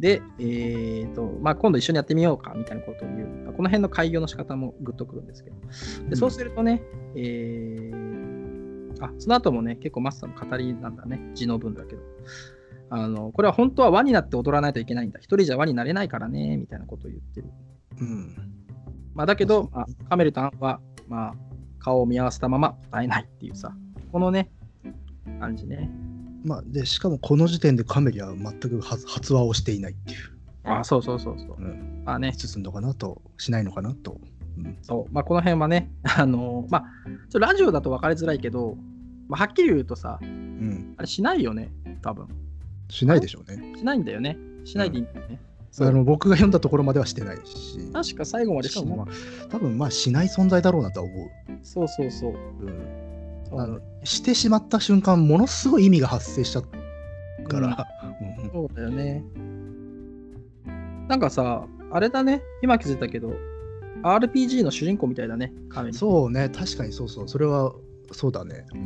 で、えーとまあ、今度一緒にやってみようかみたいなことを言う。この辺の開業の仕方もグッとくるんですけど。でそうするとね、えー、あその後もね、結構マスターの語りなんだね、字の文だけど。あのこれは本当は輪になって踊らないといけないんだ。一人じゃ輪になれないからね、みたいなことを言ってる。 うんまあ、だけど、まあ、カメルタンは、まあ、顔を見合わせたまま答えないっていうさ、このね、感じね。 まあ、でしかもこの時点でカメリは全く発発話をしていないっていう。 ああ、そうそうそうそう。 うん、 まあね。 進んのかなと、しないのかなと。 うん、そう。まあ、この辺はね、あのー、まあ、ちょラジオだと分かりづらいけど、まあ、はっきり言うとさ、うん、あれしないよね、多分。 しないでしょうね。 しないんだよね。しないでいいんだよね。 うん、あの僕が読んだところまではしてないし。 確か最後までしない。 多分まあしない存在だろうなとは思う。 そうそうそう。うんあのしてしまった瞬間ものすごい意味が発生しちゃうから、 うん、そうだよね。なんかさあれだね、今気づいたけど アールピージー の主人公みたいだね、カメリ。 そうね、確かにそうそう、それはそうだね、うん、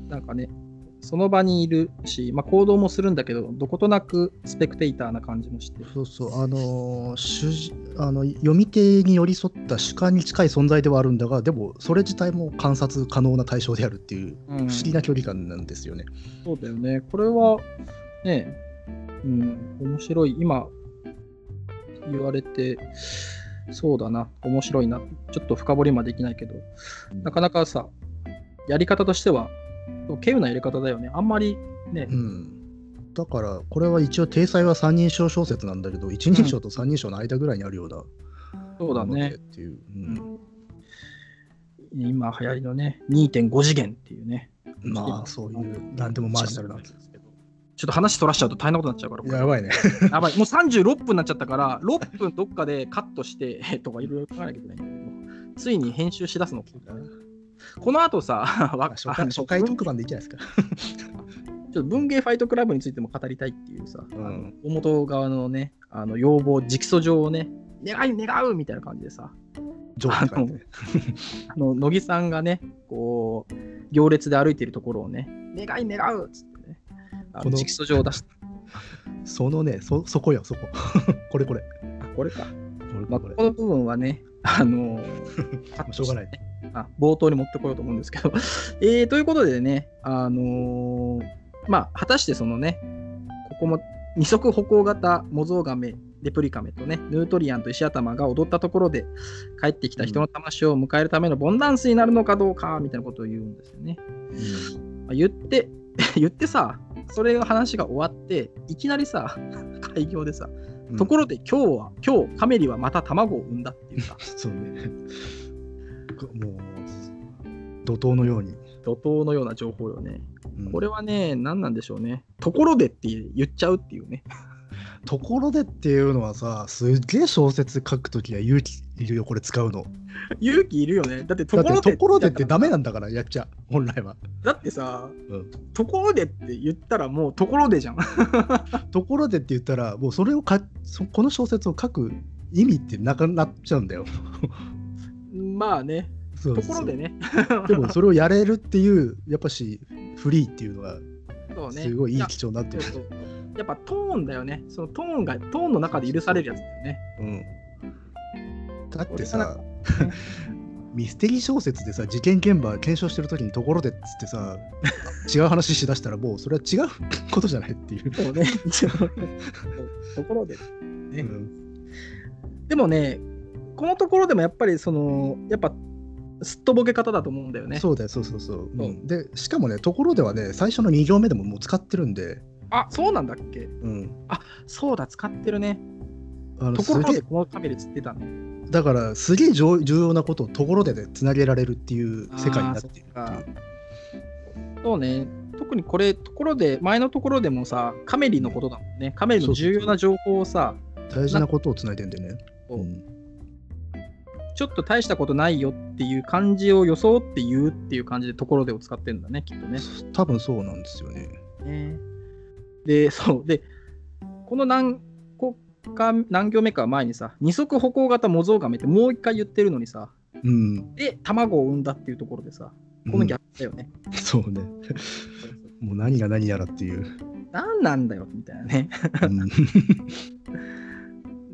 なんかねその場にいるし、まあ、行動もするんだけどどことなくスペクテーターな感じもして、 そうそう、あのー、主あの読み手に寄り添った主観に近い存在ではあるんだが、でもそれ自体も観察可能な対象であるっていう不思議な距離感なんですよね。 うん、そうだよね。これはね、うん、面白い。今言われてそうだな、面白いな。ちょっと深掘りまでできないけど、うん、なかなかさやり方としては稀有なやり方だよね。あんまりね、 うん、だからこれは一応体裁は三人称小説なんだけど、一人称と三人称の間ぐらいにあるような、うん、 そうだねっていう、うんうん、今流行りのね にてんご 次元っていうね、 まあそういう何でもマージナルなんですけど、 ちょっと話取らしちゃうと大変なことになっちゃうから、 やばいねやばい、もうさんじゅうろっぷんになっちゃったからろっぷんどっかでカットしてとかいろいろ考えなきゃいけないんだけど、ついに編集しだすのこの後さ初回、初回特番でいいじゃないですかちょっと文芸ファイトクラブについても語りたいっていうさ、うん、あの大元側のねあの要望、直訴状をね願い願うみたいな感じでさ、 あのあの乃木さんがねこう行列で歩いているところをね願い願うっつってね、あの直訴状を出してそのね そ, そこよそここれこれあこれかこれこれ、まあ、この部分はねあのー、しょうがないあ冒頭に持ってこようと思うんですけどえー、ということでね、あのー、まあ果たしてそのねここも二足歩行型モゾウガメレプリカメとねヌートリアンと石頭が踊ったところで帰ってきた人の魂を迎えるためのボンダンスになるのかどうかみたいなことを言うんですよね、うんまあ、言って言ってさそれが話が終わっていきなりさ開業でさ、うん、ところで今日は今日カメリはまた卵を産んだっていうさそうねもう怒涛のように怒涛のような情報よね、うん、これはね何なんでしょうね、ところでって言っちゃうっていうねところでっていうのはさ、すっげえ小説書くときは勇気いるよ、これ使うの。 勇気いるよね。だってところでところでってダメなんだから、やっちゃ本来は。 だってさ、うん、ところでって言ったらもうところでじゃん。 ところでって言ったらもうそれをかそこの小説を書く意味ってなくなっちゃうんだよ。 まあね。そうそうところでね。 でもそれをやれるっていうやっぱしフリーっていうのがすごいいい基調になってる。 そうそうやっぱトーンだよね。そのトーンがトーンの中で許されるやつだよね。 うん。だってさ、ミステリー小説でさ、事件現場検証してるときにところでっつってさ、違う話しだしたらもうそれは違うことじゃないっていう。そうね。 ところで、ねうん。でもね、このところでもやっぱりそのやっぱすっとぼけ方だと思うんだよね。 そうだよ、そうそうそう。うん、でしかもね、ところではね、最初のに行目でももう使ってるんで。 あ、そうなんだっけ、うん、あ、そうだ、使ってるね。あのところでこのカメラ釣ってたね。 だからすげえ重要なことをところででつなげられるっていう世界になっているっていう。 そうね。特にこれところで前のところでもさ、カメリのことだもんね。カメリの重要な情報をさ、 大事なことをつないでんでね。うん、 ちょっと大したことないよっていう感じを装って言うっていう感じでところでを使ってるんだね、きっとね。 多分そうなんですよね。 ねで、そう。で、この何個か、何行目か前にさ、二足歩行型モゾウガメってもう一回言ってるのにさ、 うん、 で、卵を産んだっていうところでさ、この逆だよね。 うん、そうね。もう何が何やらっていう。 何なんだよ、みたいなね。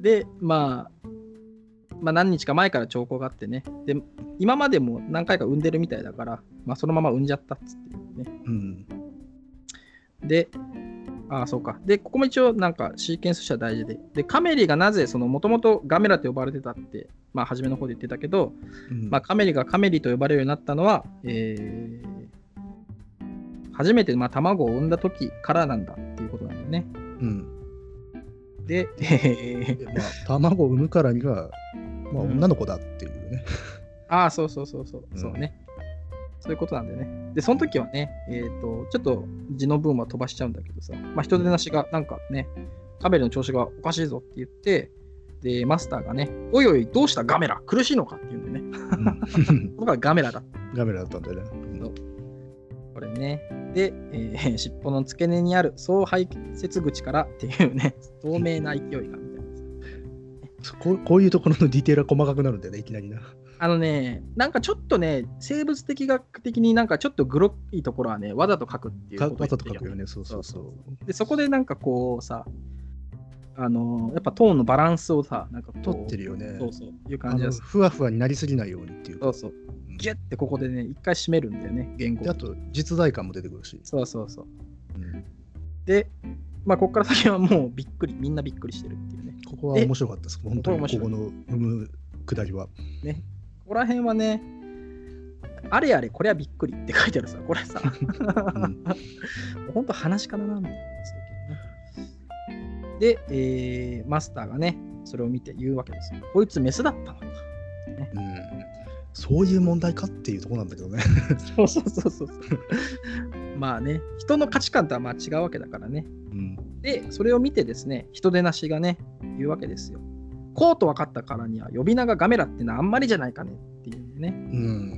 で、まあ、まあ何日か前から兆候があってね。で、今までも何回か産んでるみたいだから、まあそのまま産んじゃったっつってね。 うん。 で、ああ、そうか。で、ここも一応なんかシーケンスとしては大事で。で、カメリがなぜ、そのもともとガメラと呼ばれてたって、まあ初めの方で言ってたけど、うん、まあカメリがカメリと呼ばれるようになったのは、えー、初めてまあ卵を産んだ時からなんだっていうことなんだよね。 うん。 で、えー、 まあ卵を産むからには、まあ女の子だっていうね。 うん、ああ、そうそうそうそう、うん、そうね。そういうことなんだよね。で、その時はね、えっ、ー、と、ちょっと字の文は飛ばしちゃうんだけどさ、まあ、人手なしがなんかね、カメラの調子がおかしいぞって言って、で、マスターがね、おいおい、どうしたガメラ苦しいのかって言うんだよね。僕はガメラだった。 ガメラだったんだよね。 そうこれね。で、えー、尻尾の付け根にある総排泄口からっていうね、透明な勢いがみたいな。 こう、こういうところのディテールは細かくなるんだよね、いきなりな。 あのね、なんかちょっとね、生物的学的になんかちょっとグロいところはね、わざと書くっていうこと、ね、 わざと書くよね、そうそうそう。 で、そこでなんかこうさ、あのー、やっぱトーンのバランスをさ、なんかこう取ってるよね。 そうそう、いう感じです。 ふわふわになりすぎないようにっていう。 そうそう。ギュッてここでね、一回締めるんだよね、言語。 で、あと、実在感も出てくるし。 そうそうそう。うん、で、まあ、ここから先はもうびっくり、みんなびっくりしてるっていうね。 ここは面白かったです。本当にここの産むくだりは。 ね。ここら辺はね、あれあれ、これはびっくりって書いてあるさ、これさ、うん、本当話かななみたいなんですけどね。で、えー、マスターがね、それを見て言うわけですよ。こいつメスだったのか、ね。 うん。そういう問題かっていうところなんだけどね。 そうそうそうそう。まあね、人の価値観とはまあ違うわけだからね。うん、で、それを見てですね、人手なしがね、言うわけですよ。こうと分かったからには呼び名がガメラってのはあんまりじゃないかねっていうね。 うん。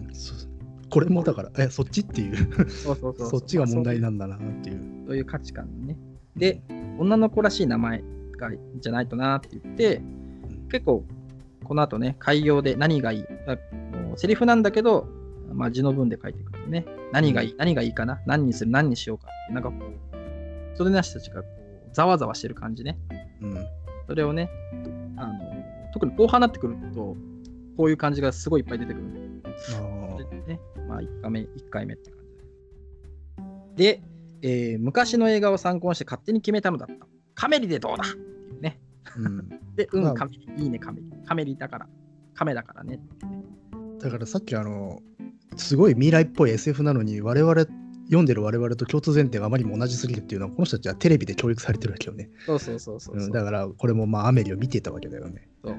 これもだから、え、そっちっていう。そうそうそう。そっちが問題なんだなっていう。 そういう価値観ね。で、女の子らしい名前がじゃないとなって言って、うん、結構、この後ね、改行で何がいい。セリフなんだけど、まあ、字の文で書いてくるね。何がいい、うん、何がいいかな、何にする、何にしようかって。なんかこう、人手なしたちがこうざわざわしてる感じね。うん。それをね、あの特に後半になってくると、こういう感じがすごいいっぱい出てくるんで。あでね、まあいっかいめ、いっかいめって感じで。で、えー、昔の映画を参考にして勝手に決めたのだった。カメリでどうだっていうね。うん、で、うん、カメリ、いいね、カメリ。カメリだから、カメだからね。 だからさっきあの、すごい未来っぽい エスエフ なのに、我々、読んでる我々と共通前提があまりにも同じすぎるっていうのは、この人たちはテレビで教育されてるわけよね。 そうそうそうそうそう、うん。 だからこれもまあアメリを見ていたわけだよね。そう。うん、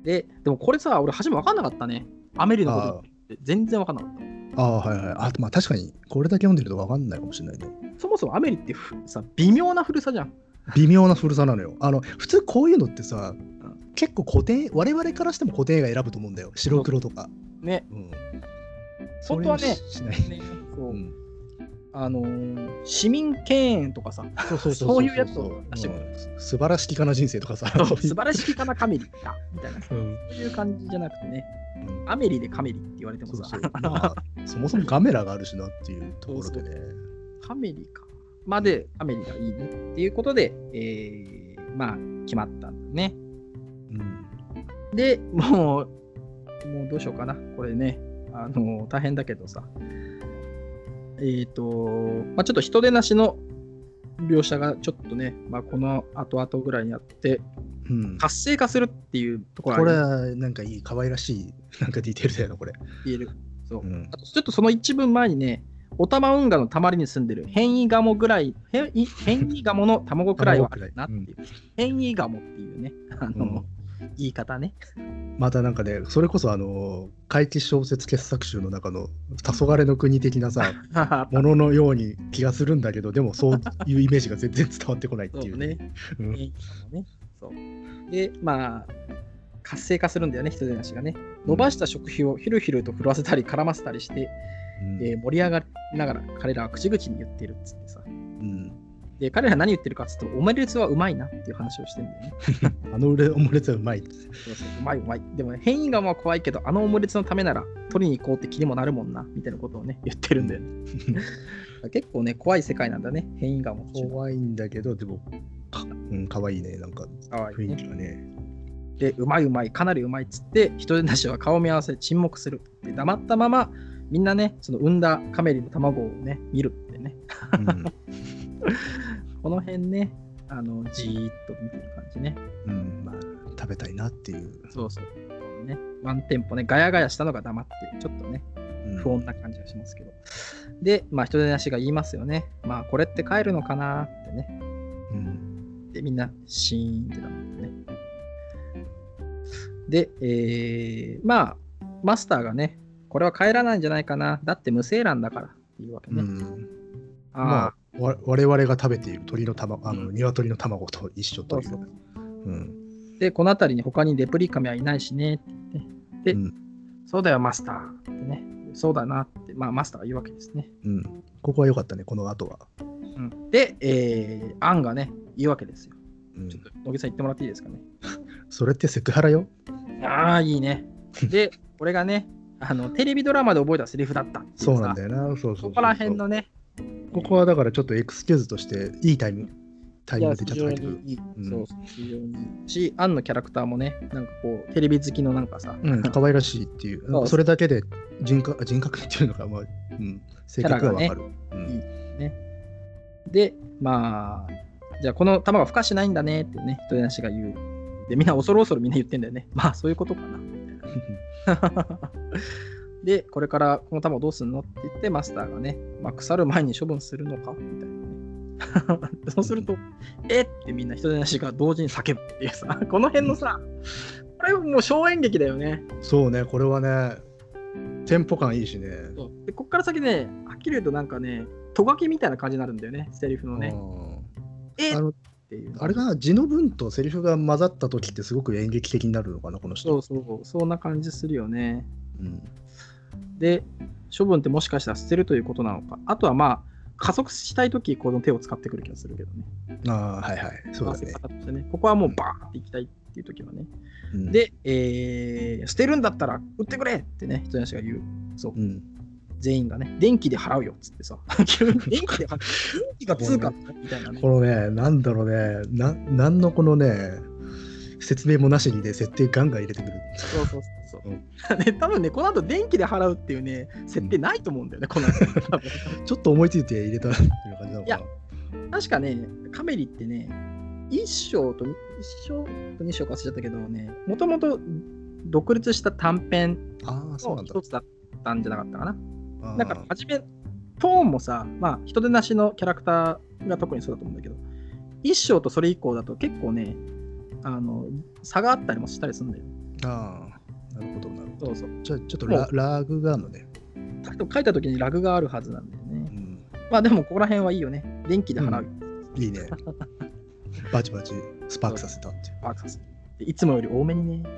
で、でもこれさ、俺初め分かんなかったね。アメリのことって全然分かんなかった。 ああ、はいはい。あ、まあ確かにこれだけ読んでると分かんないかもしれないね。 そもそもアメリってさ、微妙な古さじゃん。 微妙な古さなのよ。あの、普通こういうのってさ、うん、結構古典、我々からしても古典映画選ぶと思うんだよ。白黒とか。 ね。うん。本当はね、しないねそう、うん、あのー、市民権益とかさ、そういうやつを出してくる。 素晴らしきかな人生とかさ、 素晴らしきかなカメリだみたいな、うん、そういう感じじゃなくてね、うん、アメリでカメリって言われてもさ、そうそう、まあ、 そもそもガメラがあるしなっていうところでね。そうそうカメリか。まで、カメリがいいねっていうことで、えー、まあ、決まったんだね。うん、で、もう、もうどうしようかな、これね。あの大変だけどさ、えっ、ー、と、まあ、ちょっと人手なしの描写がちょっとね、まあ、この後々ぐらいにあって、うん、活性化するっていうところこれはなんかいい、可愛らしいなんかディテールだよな、これ。 言える。そう。うん、あとちょっとその一文前にね、オタマ運河のたまりに住んでる変異ガモぐらい、変異変異ガモの卵くらいはあるなっていう。うん、変異ガモっていうね、あの、うん言い方ね。 またなんかね、それこそあの怪奇小説傑作集の中の黄昏の国的なさもののように気がするんだけど、でもそういうイメージが全然伝わってこないっていうね。そうね。 ねそうで、まあ活性化するんだよね、人手なしがね。伸ばした食費をヒルヒルと振らせたり絡ませたりして、うんえー、盛り上がりながら彼らは口々に言っているっつってさ。うんで彼ら何言ってるかって言うと、オムレツはうまいなっていう話をしてるんだよね。 あのオムレツはうまい。そうそう、うまいうまい。でも、ね、変異がは怖いけど、あのオムレツのためなら取りに行こうって気にもなるもんな、みたいなことをね、言ってるんだよね。結構ね、怖い世界なんだね、変異がも。 怖いんだけど、でも、 か、うん、かわいいね、なんか雰囲気がね。 で、うまいうまい、かなりうまいっつって、人手なしは顔見合わせ沈黙する。で、黙ったまま、みんなね、その産んだカメリの卵をね、見るってね。うん、この辺ね、あのじーっと見てる感じね。 うん、まあ、食べたいなっていう。 そうそう。ね、ワンテンポね、ガヤガヤしたのが黙って、ちょっとね、不穏な感じがしますけど。うん、で、まあ、人手なしが言いますよね。まあ、これって帰るのかなってね。うん、で、みんな、シーンってなってね。で、えー、まあ、マスターがね、これは帰らないんじゃないかな。だって無精卵だからっていうわけね。うん、 あまあ、我々が食べている鳥の卵、あの、うん、鶏の卵と一緒という。そうそううん、で、この辺りに他にレプリカメはいないしねって言って。で、うん、そうだよ、マスターってね。そうだなって、まあ、マスターが言うわけですね。 うん。ここは良かったね、この後は。 うん、で、えー、アンがね、言うわけですよ。うん、ちょっと、野木さん言ってもらっていいですかね。 それってセクハラよ。 ああ、いいね。で、これがね、あのテレビドラマで覚えたセリフだったっていうさ。 そうなんだよな。そうそうそうそう。 ここら辺のね。 ここはだからちょっとエクスキューズとしていいタイミング、タイミングでちゃんと入ってくる。 いいうん、そうそう、非常にいいし、アンのキャラクターもね、なんかこう、テレビ好きのなんかさ、 うん、可愛らしいっていう、なんかそれだけで人格、人格っていうのが、まあ、うん、性格がわかる。ねうん、いいね。で、まあ、じゃあこの玉が孵化しないんだねってね、人手なしが言う。で、みんな恐る恐るみんな言ってんだよね。まあ、そういうことかな。みたいなで、これからこの玉をどうするのって言って、マスターがね、まあ、腐る前に処分するのかみたいなね。そうすると、えってみんな人手なしが同時に叫ぶっていうさ、この辺のさ、これもう小演劇だよね。そうね、これはね、テンポ感いいしね。 そうで、こっから先ね、はっきり言うとなんかね、とがきみたいな感じになるんだよね、セリフのね。えあのっていうあれが字の文とセリフが混ざった時ってすごく演劇的になるのかな、この人。 そうそう、そんな感じするよね。うん、で、処分ってもしかしたら捨てるということなのか。あとはまあ、加速したいとき、この手を使ってくる気がするけどね。 ああ、はいはい。そうだね。 方としてね。ここはもうバーっていきたいっていうときはね。うん、で、えー、捨てるんだったら売ってくれってね、人たちが言う。そう。うん、全員がね、電気で払うよっつってさ。急に電気で払う。電気が通貨みたいなね。 このね、なんだろうね、ななんのこのね、説明もなしにね、設定ガンガン入れてくる。 そうそうそうそう、うんね。多分ね、この後電気で払うっていうね、設定ないと思うんだよね、うん、この後。 ちょっと思いついて入れたっていう感じなのかな。いや、 確かね、カメリってね、いっ章と一章とに章か忘れちゃったけどね、もともと独立した短編の一つだったんじゃなかったかな。だから初め、トーンもさ、まあ、人手なしのキャラクターが特にそうだと思うんだけど、いっ章とそれ以降だと結構ね、あの差があったりもしたりするんだよ。 ああ、なるほど、なるほど。 そうそう。 じゃあちょっと ラ, ラグがあるのね。 書いたときにラグがあるはずなんだよね。うん、まあでもここら辺はいいよね。電気で払う。 うん、いいね。バチバチスパークさせたって。スパークさせた。 いつもより多めにね。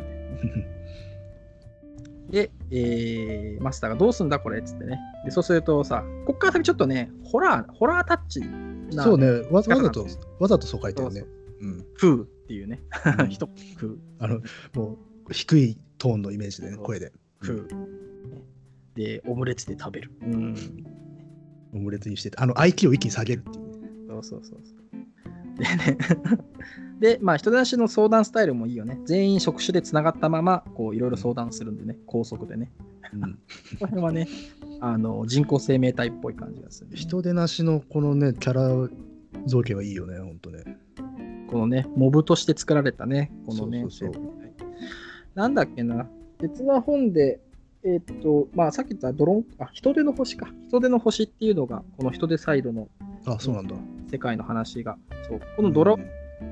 で、えー、マスターがどうすんだこれっつってね。で、そうするとさ、こっから先ちょっとね、ホラー、ホラータッチな。 そうね、わざと、わざとそう書いてるね。 うん、フーっていうね。一フー。あの、もう低いトーンのイメージでね、声で。 フー。で、オムレツで食べる。うん。 オムレツにしてて、あの、合気を一気に下げるっていう。 そうそうそうそう。でね。で、まあ、人出しの相談スタイルもいいよね。全員職種でつながったまま、こう、いろいろ相談するんでね、高速でね。うん、この辺はね、あの、人工生命体っぽい感じがする、ね。 人出なしのこのね、キャラ造形はいいよね、ほんとね。 このね、モブとして作られたね、このね、そうそうそう、なんだっけな、別な本で、えー、っと、まあ、さっき言ったドロン、あ、人手の星か。人手の星っていうのが、この人手サイドの、 あ、そうなんだ。 世界の話が、そう、このドロ、うん、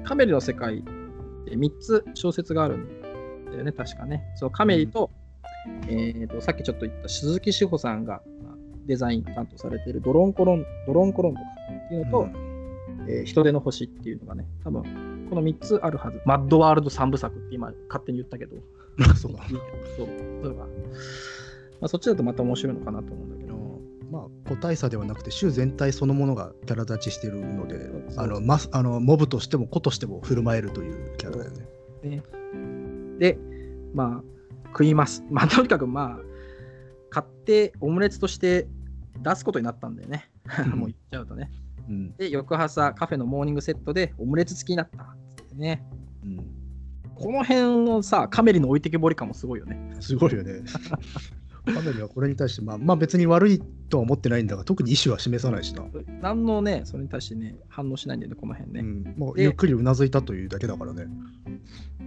カメリの世界でみっつ小説があるんだよね、確かね。そう、カメリと、うん、えー、っと、さっきちょっと言った鈴木志保さんがデザイン担当されているドロンコロン、ドロンコロンとかっていうのと、うん、えー、人手の星っていうのがね、多分このみっつあるはず。マッドワールドさんぶさくって今勝手に言ったけど。 そうだ。 そう。例えば、まあ、そっちだとまた面白いのかなと思うんだけど。 まあ、個体差ではなくて、州全体そのものがキャラ立ちしているので、あのマスあのモブとしても個としても振る舞えるというキャラだよね。 ねで、まあ、食います。まあ、とにかくまあ、買ってオムレツとして出すことになったんだよね。 もう言っちゃうとね。 うん、 で、翌朝、カフェのモーニングセットでオムレツ付きになったってね。うん、この辺のさ、カメリの置いてけぼり感もすごいよね。 すごいよね。カメリはこれに対して、まあ、まあ別に悪いとは思ってないんだが、特に意思は示さないしな。 何のね、それに対してね、反応しないんだよね、この辺ね。うん、 もうゆっくりうなずいたというだけだからね。 うん、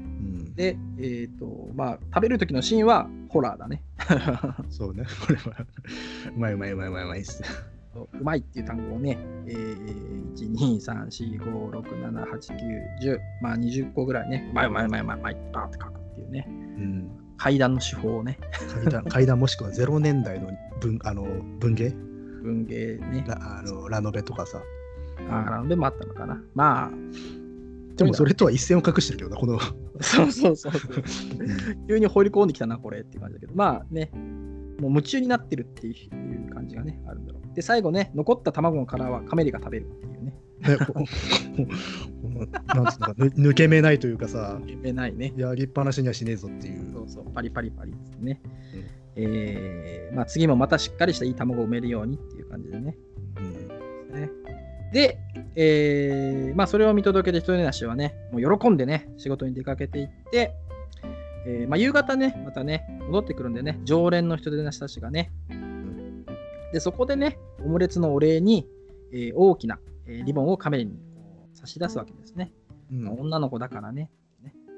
で、えっ、ー、と、まあ、食べる時のシーンはホラーだね。 そうね、これは。うまいうまいうまいうまいうまいっすね。 うまいっていう単語をね、えー、いち、に、さん、よん、ご、ろく、なな、はち、きゅう、じゅう、まあにじゅっこぐらいね、うまいうまいうまいうまいうまいバーって書くっていうね。うん階段の手法をね階段。階段もしくはゼロねんだいの 文, あの文芸文芸ね。 あのラノベとかさ。 あラノベもあったのかな。まあ。 でもそれとは一線を画してるけどな、この。 そうそうそうそう。急に放り込んできたな、これっていう感じだけど。まあね、もう夢中になってるっていう感じがね、あるんだろう。で、最後ね、残った卵の殻はカメリが食べるっていうね。 ねなんつうのか抜け目ないというかさ、 抜け目ないね。 やりっぱなしにはしねえぞっていう。 そうそう、パリパリパリってね。うんえーまあ、次もまたしっかりしたいい卵を埋めるようにっていう感じでね。うんねで、えーまあ、それを見届けて人根なしはね、もう喜んでね、仕事に出かけていって、えーまあ、夕方ね、またね、戻ってくるんでね、常連の人手なしたちがね、で、そこでね、オムレツのお礼に、えー、大きな、えー、リボンをカメラに差し出すわけですね。うんまあ、女の子だからね。ねうん、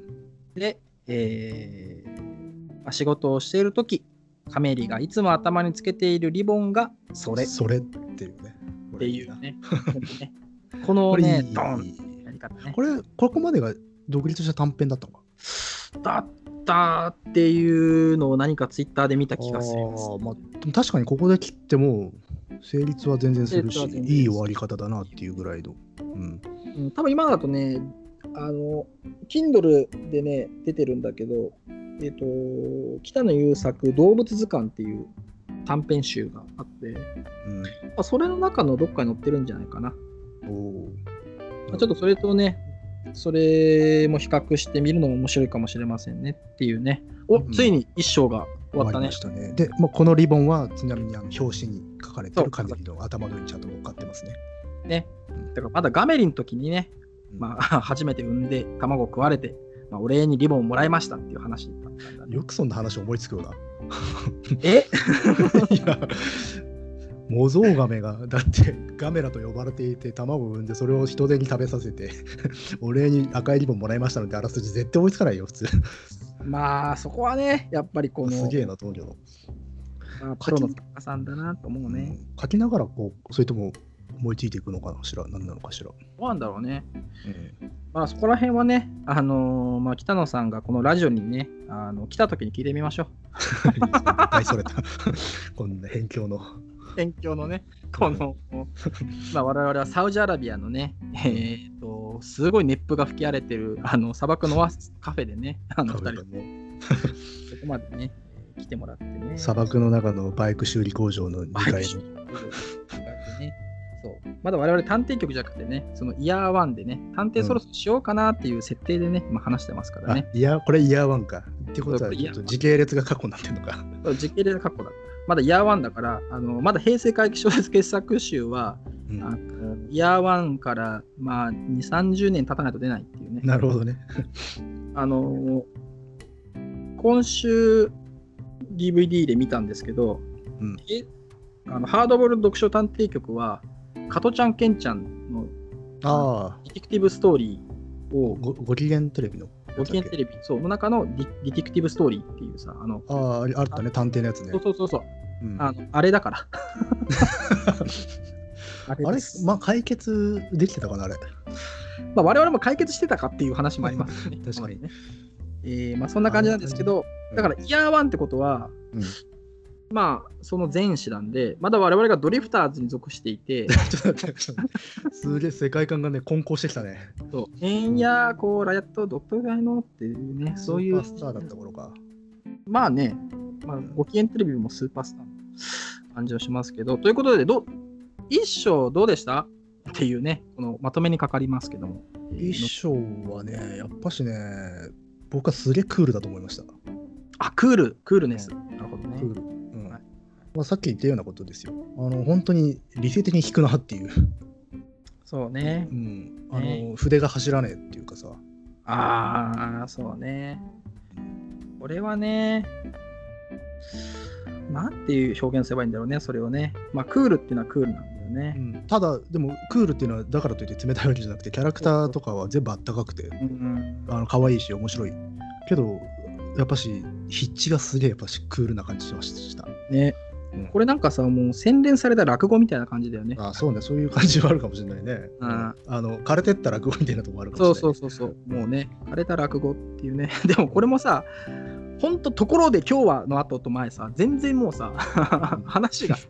で、えーまあ、仕事をしているとき、カメリがいつも頭につけているリボンがそれ。 それっていうね。 っていうね。このね、ドーンってやり方ね。 これ、ここまでが独立した短編だったのかだったっていうのを何かツイッターで見た気がする。あ、 まあ、確かにここで切っても成立は全然するし、いい終わり方だなっていうぐらいの。うんうん、多分今だとね、あの、Kindle でね、出てるんだけど、えっと、北野優作動物図鑑っていう短編集があって、うんまあ、それの中のどっかに載ってるんじゃないかな。おまあ、ちょっとそれとね、それも比較してみるのも面白いかもしれませんねっていうね。お、うん、ついに一章が終わったね。 終わりましたね。で、もうこのリボンはちなみにあの表紙に書かれてるカメリの頭の上にちゃんと乗っかってますね。 ね。だからまだガメリの時にね、まあ、初めて産んで卵を食われて、まあ、お礼にリボンをもらいましたっていう話だったんだ、ね。 よくそんな話思いつくよな。 えいや、模造ガメがだってガメラと呼ばれていて卵を産んでそれを人手に食べさせてお礼に赤いリボンもらいましたのであらすじ絶対追いつかないよ普通。 まあそこはねやっぱりこのすげえな東京の、 まあ、プロの作家さんだなと思うね、 うん、書きながらこうそれとも思いついていくのかしら何なのかしら。 どうなんだろうね、うん、まあそこら辺はねあのー、まあ北野さんがこのラジオにねあの来た時に聞いてみましょう。 大それたこんな辺境の辺境のねこのまあ我々はサウジアラビアのねえっ、ー、とすごい熱風が吹き荒れてるあの砂漠のカフェでねあのふたりでねそこまでね来てもらってね砂漠の中のバイク修理工場のにかいのねそうまだ我々探偵局じゃなくてねそのイヤーワンでね探偵そろそろしようかなっていう設定でね、うん、今話してますからね。 いやこれイヤーワンかってことはちょっと時系列が過去になってるのか。 時系列が過去だまだイヤーワンだからあのまだ平成回帰小説傑作集は、うん、あのイヤーワンからまあにじゅう、さんじゅうねん経たないと出ないっていうね。 なるほどね。 あの今週 ディーブイディー で見たんですけど、うん、えあのハードボール読書探偵局は加トちゃんケンちゃんのあディティクティブストーリーをご, ご機嫌テレビのご機嫌テレビそうの中のディディティクティブストーリーっていうさあのあああったね探偵のやつね。 そうそうそうそう、うん、あのあれだからあれ, あれまあ解決できてたかなあれ、 まあ、我々も解決してたかっていう話もありますね確かにね、 えーまあ、そんな感じなんですけど、うん、だからイヤーワンってことは、うんまあ、その前史なんで、まだ我々がドリフターズに属していて、 すげえ世界観がね、混交してきたね。 そう。エンヤーコーラやっとドットガイのっていうね、そういう。 スーパースターだった頃か。 まあね、まあ、ご機嫌テレビもスーパースターの感じはしますけど、ということで、ど一章どうでしたっていうね、このまとめにかかりますけども。 一章はね、やっぱしね、僕はすげえクールだと思いました。 あ、クール、クールネス。なるほどね。クール。 まあ、さっき言ったようなことですよ。あの本当に理性的に弾くなっていう。 そうね。 うん。あの、ね、筆が走らねえっていうかさ。 ああ、そうね。これはね、なんていう表現すればいいんだろうね、それをね。まあ、クールっていうのはクールなんだよね。 うん、ただ、でも、クールっていうのはだからといって冷たいわけじゃなくて、キャラクターとかは全部あったかくて、うん、あの可愛いし、面白い。けど、やっぱし、筆致がすげえやっぱしクールな感じしました。 ね。うん、これなんかさ、もう洗練された落語みたいな感じだよね。 ああ、そうね、そういう感じはあるかもしれないね。うん、あの枯れてった落語みたいなとこもあるかもしれない。 そうそうそうそう、もうね、枯れた落語っていうね。でもこれもさ、ほんとところで今日はの後と前さ、全然もうさ、話がさ。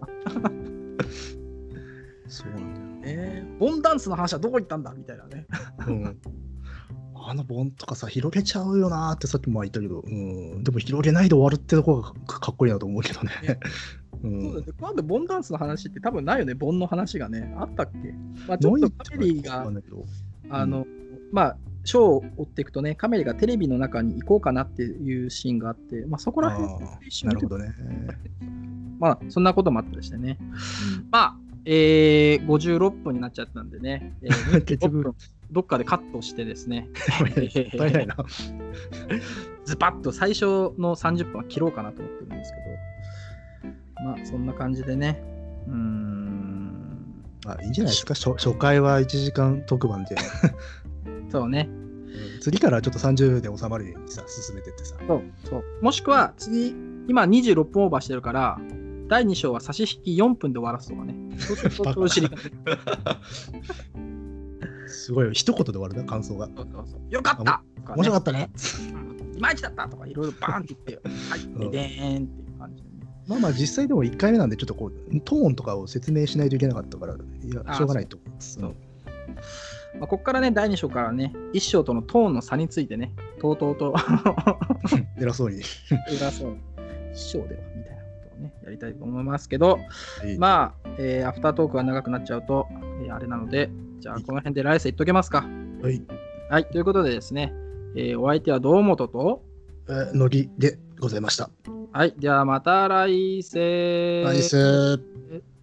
そうなんだよね。ボンダンスの話はどこ行ったんだみたいなね。 うん、あのボンとかさ、広げちゃうよなーってさっきも言ったけど、うん、でも広げないで終わるってとこがかっこいいなと思うけどね。 うん、そうだね。今度ボンダンスの話って多分ないよね、ボンの話がね。あったっけ？まあ、ちょっとカメリが、あの、うん、まあ、ショーを追っていくとね、カメリがテレビの中に行こうかなっていうシーンがあって、まあ、そこら辺なるほどね。 まあ、そんなこともあったりしてね。うん、まあ、えー、ごじゅうろっぷんになっちゃったんでね、えー、結局どっかでカットしてですね、 大変なズバッと最初のさんじゅっぷんは切ろうかなと思ってるんですけど、まあそんな感じでね、うーん、 あ、いいんじゃないですか。初, 初回はいちじかん特番でそうね、 うん、次からちょっとさんじゅうで収まるようにさ進めてってさ、 そうそうもしくは次今にじゅうろっぷんオーバーしてるからだいに章は差し引きよんぷんで終わらすとかね。そうすると調子にすごいよ、一言で終わるな、感想が。 そうそうそうよかった、 ね、面白かったね。 いまいちだったとかいろいろバーンって言って、はい、ででーんっていう感じでね。 まあまあ実際でもいっかいめなんでちょっとこうトーンとかを説明しないといけなかったから、いやしょうがないと思います。そう、 まあ、ここからね、だいに章からね、いっ章とのトーンの差についてね、とうとうと偉そうに。 偉そうに。いっ章ではみたいなことをね、やりたいと思いますけど、はい、まあ、えー、アフタートークが長くなっちゃうと、えー、あれなので、じゃあこの辺で来世言っとけますか。 はい。 はい、ということでですね、えー、お相手は堂本と、 えー、乃木でございました。 はい、ではまた来世。 来世。